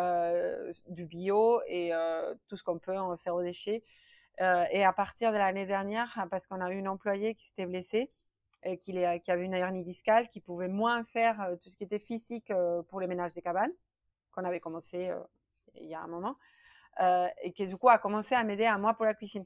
du bio et tout ce qu'on peut en zéro déchet. Et à partir de l'année dernière, parce qu'on a eu une employée qui s'était blessée et qui avait une hernie discale, qui pouvait moins faire tout ce qui était physique pour les ménages des cabanes, qu'on avait commencé il y a un moment et qui du coup a commencé à m'aider à moi pour la cuisine.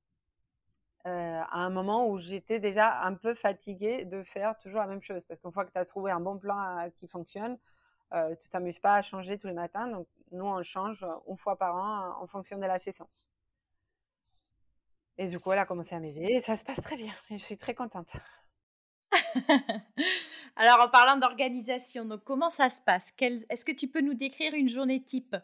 À un moment où j'étais déjà un peu fatiguée de faire toujours la même chose. Parce qu'une fois que tu as trouvé un bon plan qui fonctionne, tu t'amuses pas à changer tous les matins. Donc, nous, on change une fois par an en fonction de la saison. Et du coup, elle a commencé à m'aider et ça se passe très bien. Et je suis très contente. Alors, en parlant d'organisation, donc comment ça se passe? Est-ce que tu peux nous décrire une journée type?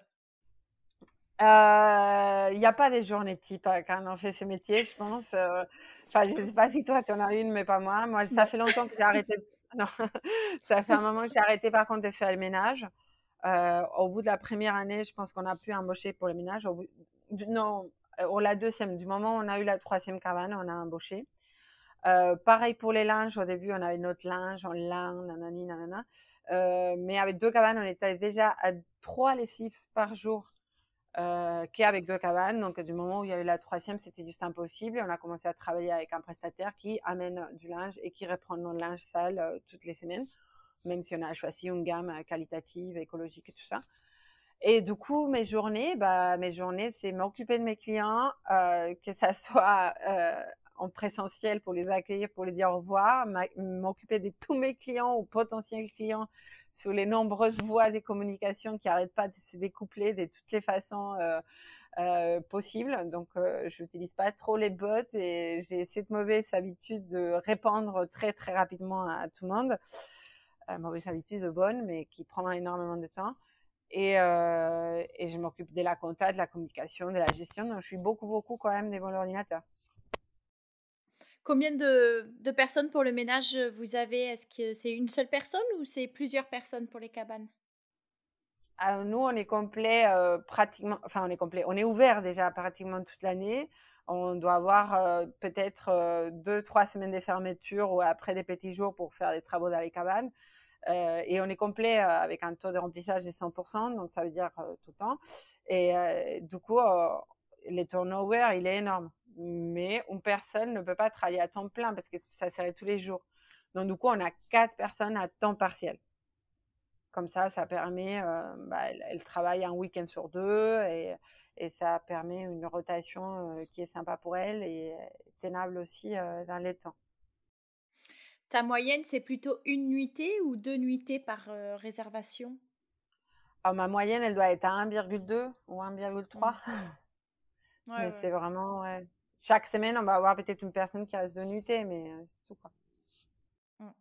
Il y a pas des journées types, quand on fait ce métier, je pense, enfin, je sais pas si toi, tu en as une, mais pas moi. Moi, ça Non. fait longtemps que j'ai arrêté non, ça fait un moment que j'ai arrêté, par contre, de faire le ménage. Au bout de la première année, je pense qu'on a pu embaucher pour le ménage. Au bout non, au la deuxième, du moment où on a eu la troisième cabane, on a embauché. Pareil pour les linges, au début, on avait notre linge en lin, nanani, nanana. Mais avec 2 cabanes, on était déjà à 3 lessives par jour, qu'avec 2 cabanes. Donc, du moment où il y a eu la troisième, c'était juste impossible. On a commencé à travailler avec un prestataire qui amène du linge et qui reprend nos linge sale toutes les semaines, même si on a choisi une gamme qualitative, écologique et tout ça. Et du coup, mes journées, c'est m'occuper de mes clients, que ça soit en présentiel pour les accueillir, pour les dire au revoir, m'occuper de tous mes clients ou potentiels clients sur les nombreuses voies de communication qui n'arrêtent pas de se découpler de toutes les façons possibles. Donc, je n'utilise pas trop les bots et j'ai cette mauvaise habitude de répondre très, très rapidement à tout le monde. Mauvaise habitude bonne, mais qui prend énormément de temps. Et je m'occupe de la compta, de la communication, de la gestion. Donc, je suis beaucoup, beaucoup quand même devant l'ordinateur. Combien de personnes pour le ménage vous avez? Est-ce que c'est une seule personne ou c'est plusieurs personnes pour les cabanes? Alors, nous, on est complet pratiquement, enfin, on est complet. On est ouvert déjà pratiquement toute l'année. On doit avoir peut-être 2, 3 semaines de fermeture ou après des petits jours pour faire des travaux dans les cabanes. Et on est complet avec un taux de remplissage de 100%, donc ça veut dire tout le temps. Et du coup, les turnover, il est énorme. Mais une personne ne peut pas travailler à temps plein parce que ça serait tous les jours. Donc du coup, on a 4 personnes à temps partiel. Comme ça permet, elle travaille un week-end sur 2 et ça permet une rotation qui est sympa pour elle et tenable aussi dans les temps. Ta moyenne, c'est plutôt une nuitée ou 2 nuitées par réservation? Alors, ma moyenne, elle doit être à 1,2 ou 1,3. Mmh. Ouais, Mais ouais. c'est vraiment, ouais. Chaque semaine, on va avoir peut-être une personne qui reste de nuitée, mais c'est tout, quoi. Mmh.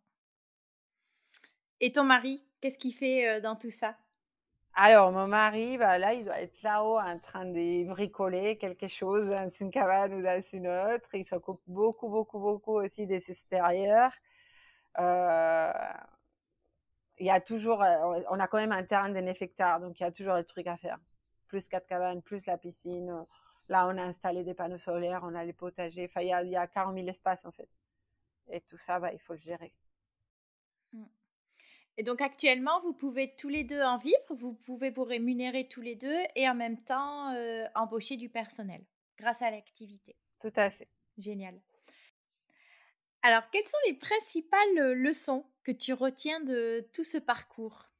Et ton mari, qu'est-ce qu'il fait, dans tout ça? Alors, mon mari, bah, là, il doit être là-haut en train de bricoler quelque chose dans une cabane ou dans une autre. Il s'occupe beaucoup, beaucoup, beaucoup aussi des extérieurs. Euh, il y a toujours, on a quand même un terrain de 9 hectares, donc il y a toujours des trucs à faire. Plus 4 cabanes, plus la piscine. Là, on a installé des panneaux solaires, on a les potagers. Enfin, il y a 40 000 espaces, en fait. Et tout ça, bah, il faut le gérer. Mmh. Et donc actuellement, vous pouvez tous les 2 en vivre? Vous pouvez vous rémunérer tous les 2 et en même temps, embaucher du personnel grâce à l'activité? Tout à fait. Génial. Alors, quelles sont les principales, leçons que tu retiens de tout ce parcours?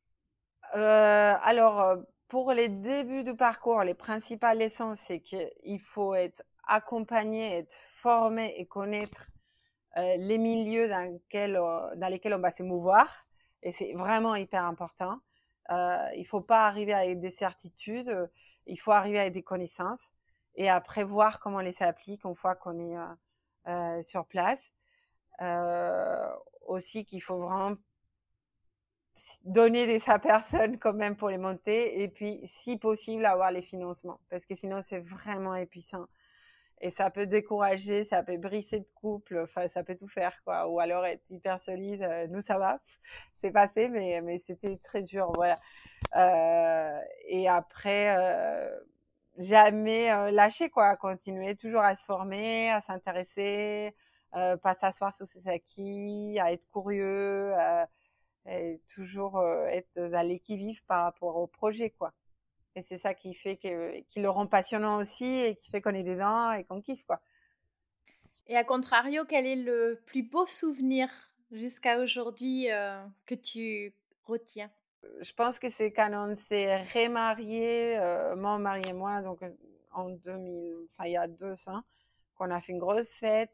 Alors, pour les débuts du parcours, les principales leçons, c'est qu'il faut être accompagné, être formé et connaître les milieux dans lesquels on va se mouvoir. Et c'est vraiment hyper important. Il ne faut pas arriver avec des certitudes, il faut arriver avec des connaissances et après voir comment on les applique une fois qu'on est sur place. Euh, Aussi qu'il faut vraiment donner de sa personne quand même pour les monter et puis si possible avoir les financements parce que sinon c'est vraiment épuisant et ça peut décourager, ça peut briser de couple, enfin ça peut tout faire quoi, ou alors être hyper solide. Nous ça va, c'est passé mais c'était très dur, voilà. Et après jamais lâcher quoi, continuer toujours à se former, à s'intéresser, pas s'asseoir sur ses acquis, à être curieux, et toujours être dans l'équilibre par rapport au projet, quoi. Et c'est ça qui le rend passionnant aussi et qui fait qu'on est dedans et qu'on kiffe, quoi. Et à contrario, quel est le plus beau souvenir jusqu'à aujourd'hui, que tu retiens? Je pense que c'est quand on s'est remariés, mon mari et moi, donc en 2000, enfin il y a 2 ans, qu'on a fait une grosse fête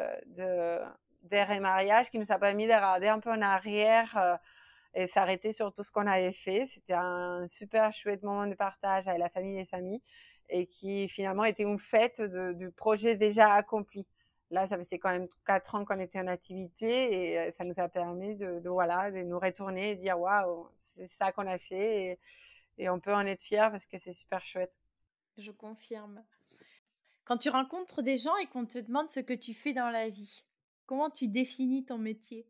de remariage qui nous a permis de regarder un peu en arrière et s'arrêter sur tout ce qu'on avait fait. C'était un super chouette moment de partage avec la famille et les amis et qui finalement était une fête du projet déjà accompli. Là, ça faisait quand même 4 ans qu'on était en activité et ça nous a permis de nous retourner et dire waouh, c'est ça qu'on a fait et on peut en être fiers parce que c'est super chouette. Je confirme. Quand tu rencontres des gens et qu'on te demande ce que tu fais dans la vie, comment tu définis ton métier?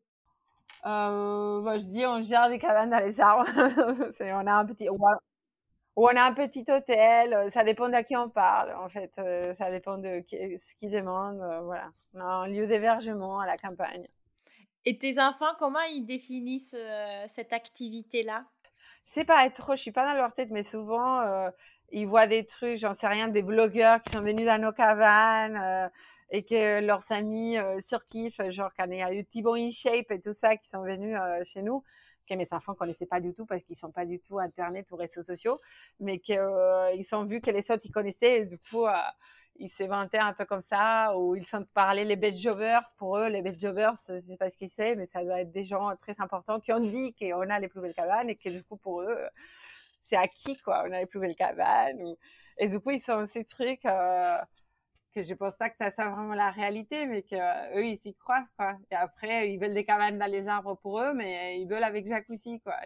Je dis on gère des cabanes dans les arbres. On a un petit, ou on a un petit hôtel. Ça dépend d'à qui on parle en fait. Ça dépend de ce qu'ils demandent. Voilà. On a un lieu d'hébergement à la campagne. Et tes enfants, comment ils définissent cette activité-là? Je sais pas trop, je suis pas dans leur tête, mais souvent, ils voient des trucs, j'en sais rien, des blogueurs qui sont venus dans nos cabanes et que leurs amis surkiffent, genre quand il y a eu Thibaut InShape et tout ça qui sont venus chez nous, que mes enfants connaissaient pas du tout parce qu'ils sont pas du tout internet ou réseaux sociaux, mais qu'ils ont vu que les autres ils connaissaient et du coup ils s'éventaient un peu comme ça, ou ils sont parlé les bed jobbers. Pour eux, les bed jobbers, je sais pas ce qu'ils c'est, mais ça doit être des gens très importants qui ont dit qu'on a les plus belles cabanes et que du coup, pour eux, c'est acquis, quoi. On a les plus belles cabanes. Et du coup, ils sont ces trucs que je pense pas que ça soit vraiment la réalité, mais que eux, ils s'y croient, quoi. Et après, ils veulent des cabanes dans les arbres pour eux, mais ils veulent avec jacuzzi, quoi.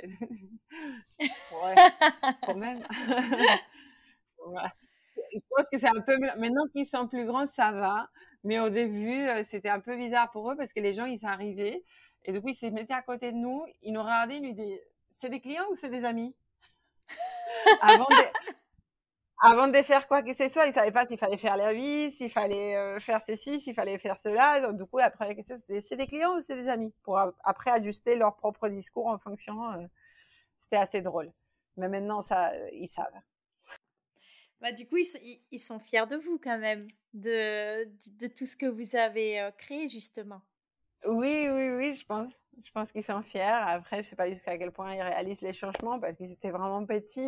Ouais, quand même. Ouais. Je pense que c'est un peu maintenant qu'ils sont plus grands, ça va. Mais au début, c'était un peu bizarre pour eux parce que les gens, ils sont arrivés et du coup, ils se mettaient à côté de nous, ils nous regardaient, ils nous disaient, c'est des clients ou c'est des amis? Avant de, avant de faire quoi que ce soit, ils savaient pas s'il fallait faire la vie, s'il fallait faire ceci, s'il fallait faire cela. Donc, du coup, la première question, c'était, c'est des clients ou c'est des amis? Pour après ajuster leur propre discours en fonction. C'était assez drôle. Mais maintenant, ça, ils savent. Bah, du coup, ils sont fiers de vous quand même, de tout ce que vous avez créé justement. Oui, oui, oui, je pense. Je pense qu'ils sont fiers. Après, je sais pas jusqu'à quel point ils réalisent les changements parce qu'ils étaient vraiment petits,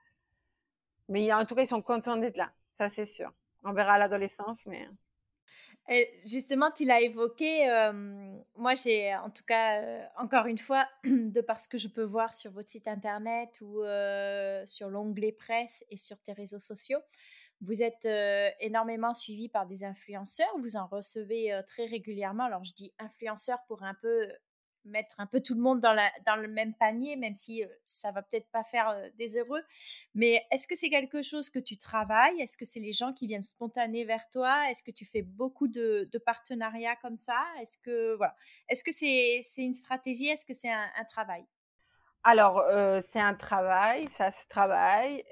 mais en tout cas, ils sont contents d'être là. Ça, c'est sûr. On verra à l'adolescence, mais Et justement, tu l'as évoqué. Moi, j'ai en tout cas, encore une fois, de par ce que je peux voir sur votre site internet ou sur l'onglet presse et sur tes réseaux sociaux, vous êtes énormément suivi par des influenceurs. Vous en recevez très régulièrement. Alors, je dis influenceurs pour un peu mettre un peu tout le monde dans le même panier, même si ça va peut-être pas faire des heureux. Mais est-ce que c'est quelque chose que tu travailles? Est-ce que c'est les gens qui viennent spontanés vers toi? Est-ce que tu fais beaucoup de partenariats comme ça? Est-ce que voilà, est-ce que c'est une stratégie? Est-ce que c'est un travail? alors c'est un travail, ça se travaille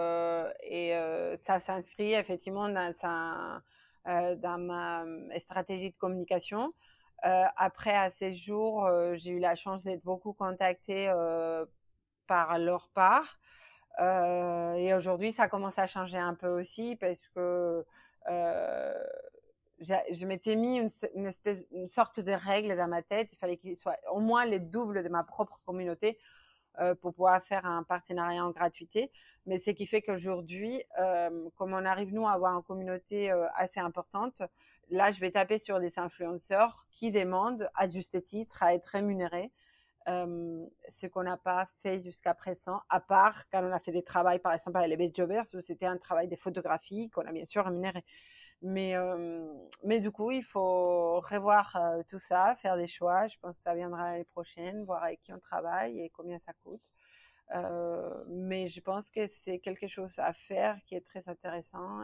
ça s'inscrit effectivement dans ma stratégie de communication. Après, à ces jours, j'ai eu la chance d'être beaucoup contactée par leur part. Et aujourd'hui, ça commence à changer un peu aussi parce que euh, je m'étais mis une sorte de règle dans ma tête. Il fallait qu'il soit au moins les doubles de ma propre communauté pour pouvoir faire un partenariat en gratuité. Mais ce qui fait qu'aujourd'hui, comme on arrive nous à avoir une communauté assez importante, là, je vais taper sur des influenceurs qui demandent à juste titre à être rémunérés. Ce qu'on n'a pas fait jusqu'à présent, à part quand on a fait des travaux, par exemple, avec les Bed Jobbers, où c'était un travail de photographie qu'on a bien sûr rémunéré. Mais du coup, il faut revoir tout ça, faire des choix. Je pense que ça viendra l'année prochaine, voir avec qui on travaille et combien ça coûte. Mais je pense que c'est quelque chose à faire qui est très intéressant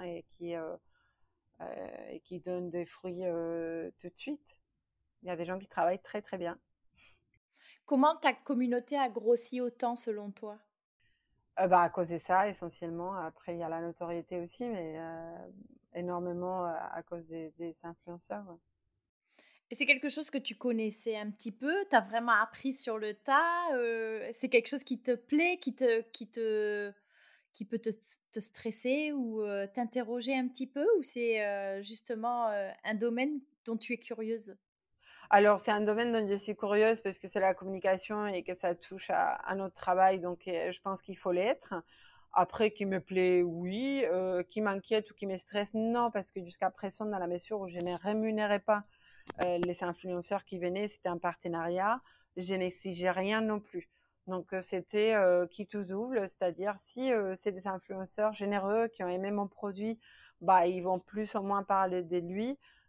et qui donne des fruits tout de suite. Il y a des gens qui travaillent très très bien. Comment ta communauté a grossi autant selon toi? À cause de ça, essentiellement. Après, il y a la notoriété aussi, mais énormément à cause des influenceurs. Ouais. Et c'est quelque chose que tu connaissais un petit peu? Tu as vraiment appris sur le tas? C'est quelque chose qui te plaît, qui peut te stresser ou t'interroger un petit peu? Ou c'est justement un domaine dont tu es curieuse? Alors, c'est un domaine dont je suis curieuse parce que c'est la communication et que ça touche à notre travail, donc je pense qu'il faut l'être. Après, qui me plaît, oui. Qui m'inquiète ou qui me stresse, non, parce que jusqu'à présent, dans la mesure où je ne rémunérais pas les influenceurs qui venaient, c'était un partenariat, je n'exigeais rien non plus. Donc, c'était qui tout double, c'est-à-dire si c'est des influenceurs généreux qui ont aimé mon produit, bah, ils vont plus ou moins parler de lui.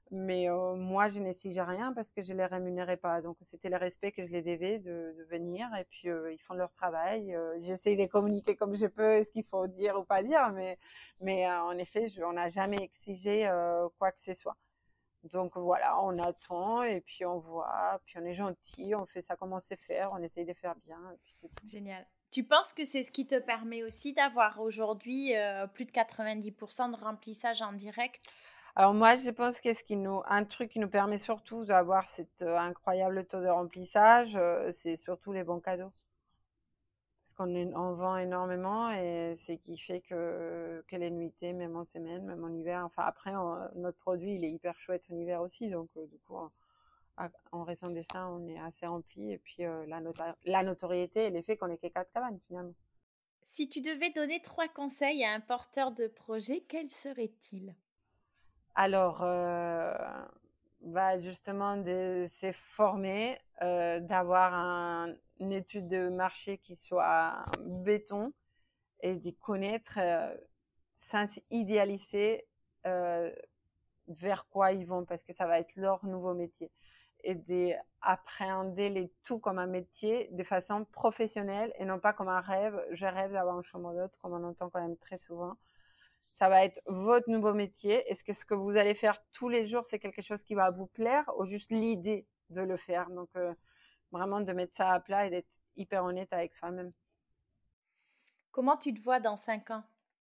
moi, je n'exige rien parce que je les rémunérais pas. Donc, c'était le respect que je les devais de venir. Et puis, ils font leur travail. J'essaie de communiquer comme je peux ce qu'il faut dire ou pas dire. Mais en effet, on n'a jamais exigé quoi que ce soit. Donc, voilà, on attend et puis on voit. Puis, on est gentil. On fait ça comme on sait faire. On essaye de faire bien. Et puis, c'est tout. Génial. Tu penses que c'est ce qui te permet aussi d'avoir aujourd'hui plus de 90% de remplissage en direct? Alors moi, je pense que un truc qui nous permet surtout d'avoir cet incroyable taux de remplissage, c'est surtout les bons cadeaux. Parce on vend énormément et c'est qui fait que les nuitées, même en semaine, même en hiver, enfin après, notre produit, il est hyper chouette en hiver aussi. Donc du coup, en raison de ça, on est assez rempli. Et puis la notoriété et l'effet qu'on est que 4 cabanes finalement. Si tu devais donner 3 conseils à un porteur de projet, quels seraient-ils? Alors, justement, de se former, d'avoir une étude de marché qui soit béton et d'y connaître sans idéaliser euh, vers quoi ils vont parce que ça va être leur nouveau métier et d'appréhender les tout comme un métier de façon professionnelle et non pas comme un rêve. Je rêve d'avoir une chambre d'hôte comme on entend quand même très souvent. Ça va être votre nouveau métier. Est-ce que ce que vous allez faire tous les jours, c'est quelque chose qui va vous plaire ou juste l'idée de le faire? Donc, vraiment de mettre ça à plat et d'être hyper honnête avec soi-même. Comment tu te vois dans 5 ans?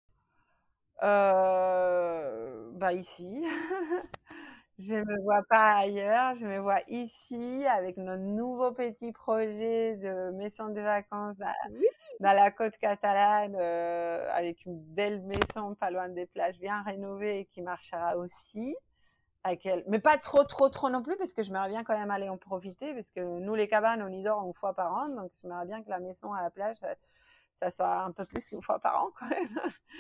Ici. Je me vois pas ailleurs. Je me vois ici avec notre nouveau petit projet de maison de vacances Oui. dans la côte catalane, avec une belle maison pas loin des plages, bien rénovée et qui marchera aussi. Mais pas trop, trop, trop non plus, parce que j'aimerais bien quand même aller en profiter, parce que nous, les cabanes, on y dort une fois par an, donc j'aimerais bien que la maison à la plage, ça soit un peu plus qu'une fois par an, quand même.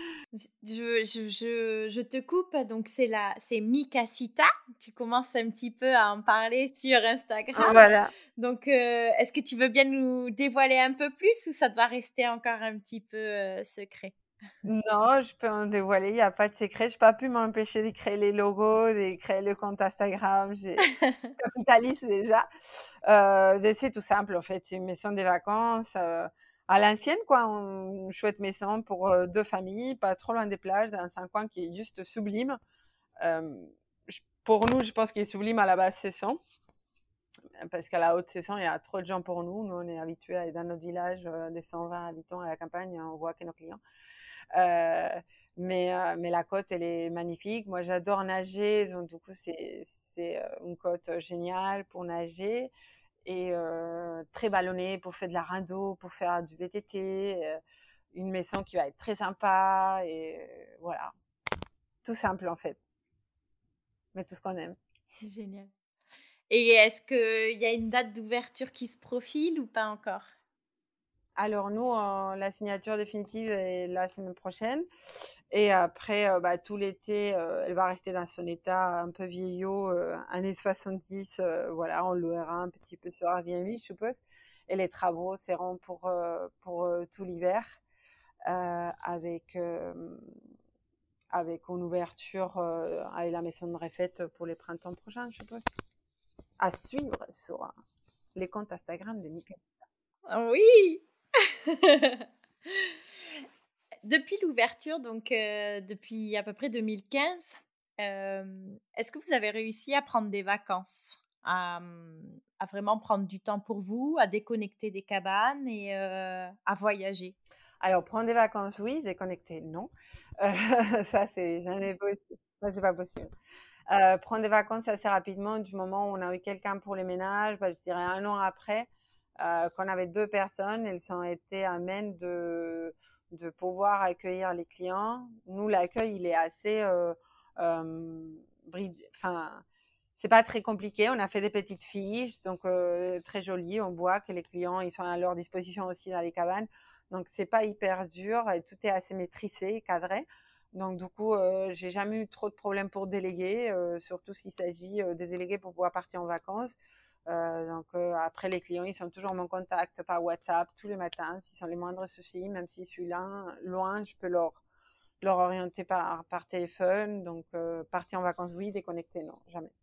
Je te coupe, donc c'est Mikasita. Tu commences un petit peu à en parler sur Instagram. Voilà. Donc, est-ce que tu veux bien nous dévoiler un peu plus ou ça doit rester encore un petit peu secret? Non, je peux en dévoiler, il n'y a pas de secret. Je n'ai pas pu m'empêcher de créer les logos, de créer le compte Instagram. J'ai capitalise déjà. Mais c'est tout simple, en fait. C'est une maison des vacances à l'ancienne, quoi. Une chouette maison pour 2 familles, pas trop loin des plages, dans un coin qui est juste sublime. Euh, pour nous, je pense qu'il est sublime à la basse saison, parce qu'à la haute saison, il y a trop de gens pour nous. Nous, on est habitués à aller dans notre village des 120 habitants à la campagne, on voit que nos clients. Euh, mais la côte, elle est magnifique. Moi, j'adore nager, donc du coup, c'est une côte géniale pour nager et très ballonnée pour faire de la rando, pour faire du VTT. Une maison qui va être très sympa et voilà, tout simple en fait, mais tout ce qu'on aime. Génial. Et est-ce qu'il y a une date d'ouverture qui se profile ou pas encore? Alors nous, la signature définitive est la semaine prochaine. Et après, tout l'été, elle va rester dans son état un peu vieillot, années 70. Voilà, on louera un petit peu sur Airbnb, je suppose. Et les travaux seront pour tout l'hiver, avec, avec une ouverture avec la maison de refaite pour les printemps prochains, je suppose. À suivre sur les comptes Instagram de Nickel. Oui. Depuis l'ouverture, donc depuis à peu près 2015, est-ce que vous avez réussi à prendre des vacances, à vraiment prendre du temps pour vous, à déconnecter des cabanes et à voyager? Alors, prendre des vacances, oui, déconnecter, non. Ça, c'est jamais possible. Ça, c'est pas possible. Prendre des vacances assez rapidement, du moment où on a eu quelqu'un pour les ménages, je dirais 1 an après, qu'on avait 2 personnes, elles ont été amènes de pouvoir accueillir les clients. Nous, l'accueil, il est assez enfin, c'est pas très compliqué. On a fait des petites fiches, donc très jolies. On voit que les clients, ils sont à leur disposition aussi dans les cabanes. Donc, c'est pas hyper dur et tout est assez maîtrisé, cadré. Donc, du coup, j'ai jamais eu trop de problèmes pour déléguer, surtout s'il s'agit de déléguer pour pouvoir partir en vacances. Après, les clients, ils sont toujours mon contact par WhatsApp tous les matins. S'ils ont les moindres soucis, même si je suis là, loin, leur orienter par téléphone. Donc, partir en vacances, oui, déconnecter, non, jamais.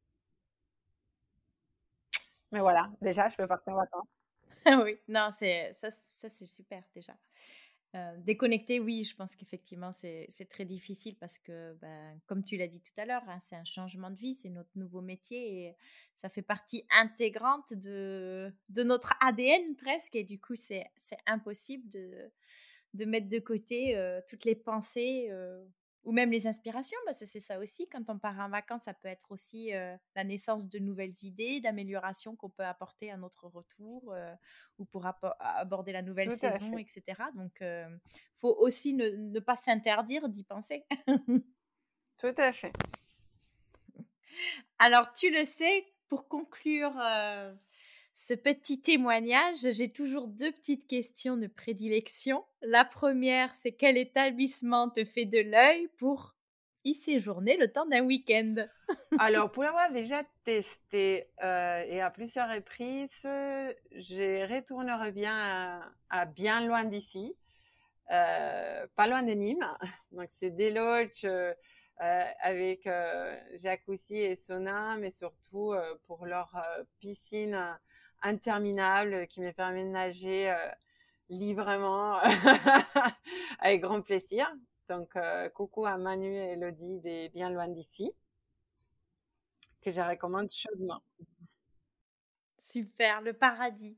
Mais voilà, déjà, je peux partir en vacances. Oui, non, ça, c'est super déjà. Déconnecter, oui, je pense qu'effectivement, c'est très difficile parce que, comme tu l'as dit tout à l'heure, hein, c'est un changement de vie, c'est notre nouveau métier et ça fait partie intégrante de notre ADN presque. Et du coup, c'est impossible de mettre de côté toutes les pensées ou même les inspirations, parce que c'est ça aussi. Quand on part en vacances, ça peut être aussi la naissance de nouvelles idées, d'améliorations qu'on peut apporter à notre retour ou pour aborder la nouvelle Tout à saison, fait. etc. Donc, il faut aussi ne pas s'interdire d'y penser. Tout à fait. Alors, tu le sais, pour conclure ce petit témoignage, j'ai toujours 2 petites questions de prédilection. La première, c'est quel établissement te fait de l'œil pour y séjourner le temps d'un week-end? Alors, pour l'avoir déjà testé et à plusieurs reprises, je retournerai bien à bien loin d'ici, pas loin de Nîmes. Donc, c'est des loges avec jacuzzi et sauna, mais surtout pour leur piscine interminable qui me permet de nager librement avec grand plaisir. Donc, coucou à Manu et Elodie des Bien Loin d'ici, que je recommande chaudement. Super, le paradis.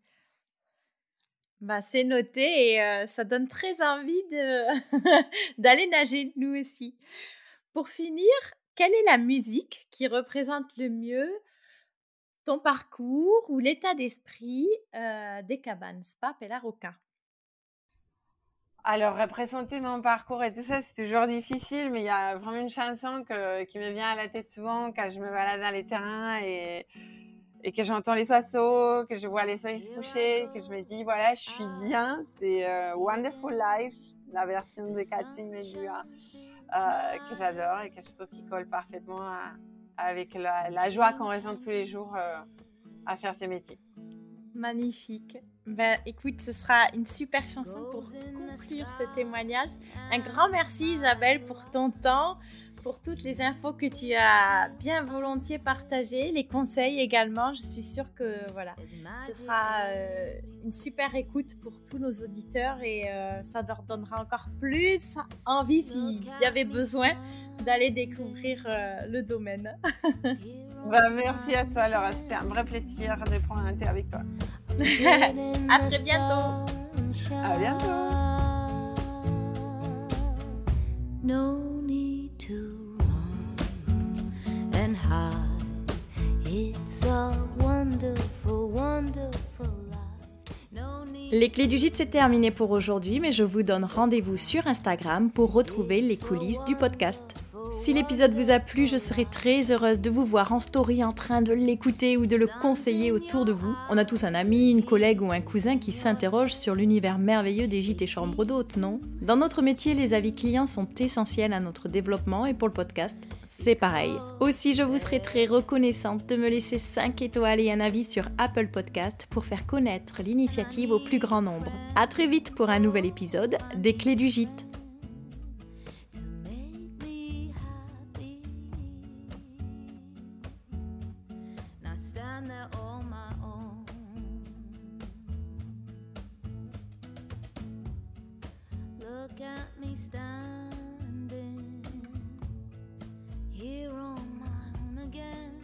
C'est noté et ça donne très envie d'aller nager, nous aussi. Pour finir, quelle est la musique qui représente le mieux ton parcours ou l'état d'esprit des cabanes Spa Pella Rocca? Alors, représenter mon parcours et tout ça, c'est toujours difficile, mais il y a vraiment une chanson qui me vient à la tête souvent quand je me balade dans les terrains et que j'entends les oiseaux, que je vois les soleils se coucher, que je me dis, voilà, je suis bien. C'est Wonderful Life, la version de Cathy Medua, que j'adore et que je trouve qui colle parfaitement avec la joie qu'on ressent tous les jours à faire ce métier. Magnifique. Écoute, ce sera une super chanson pour conclure ce témoignage. Un grand merci Isabelle pour ton temps, pour toutes les infos que tu as bien volontiers partagées, les conseils également. Je suis sûre que voilà, ce sera une super écoute pour tous nos auditeurs et ça leur donnera encore plus envie, s'il y avait besoin, d'aller découvrir le domaine. Merci à toi Laura, c'était un vrai plaisir de prendre un thé avec toi. À très bientôt. À bientôt. No need to run and hide. It's a wonderful, wonderful life. No need. Les clés du gîte, c'est terminé pour aujourd'hui, mais je vous donne rendez-vous sur Instagram pour retrouver les coulisses du podcast. Si l'épisode vous a plu, je serai très heureuse de vous voir en story en train de l'écouter ou de le conseiller autour de vous. On a tous un ami, une collègue ou un cousin qui s'interroge sur l'univers merveilleux des gîtes et chambres d'hôtes, non ? Dans notre métier, les avis clients sont essentiels à notre développement et pour le podcast, c'est pareil. Aussi, je vous serai très reconnaissante de me laisser 5 étoiles et un avis sur Apple Podcast pour faire connaître l'initiative au plus grand nombre. À très vite pour un nouvel épisode des Clés du gîte. Look at me standing here on my own again,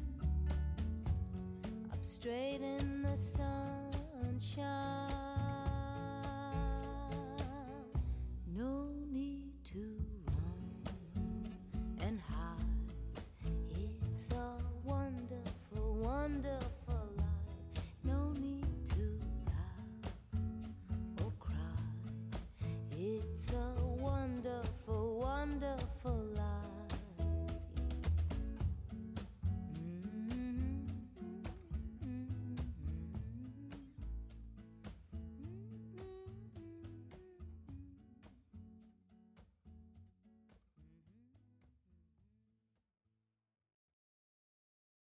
up straight in the sunshine. No need to run and hide. It's a wonderful, wonderful life. No need to laugh or cry. It's a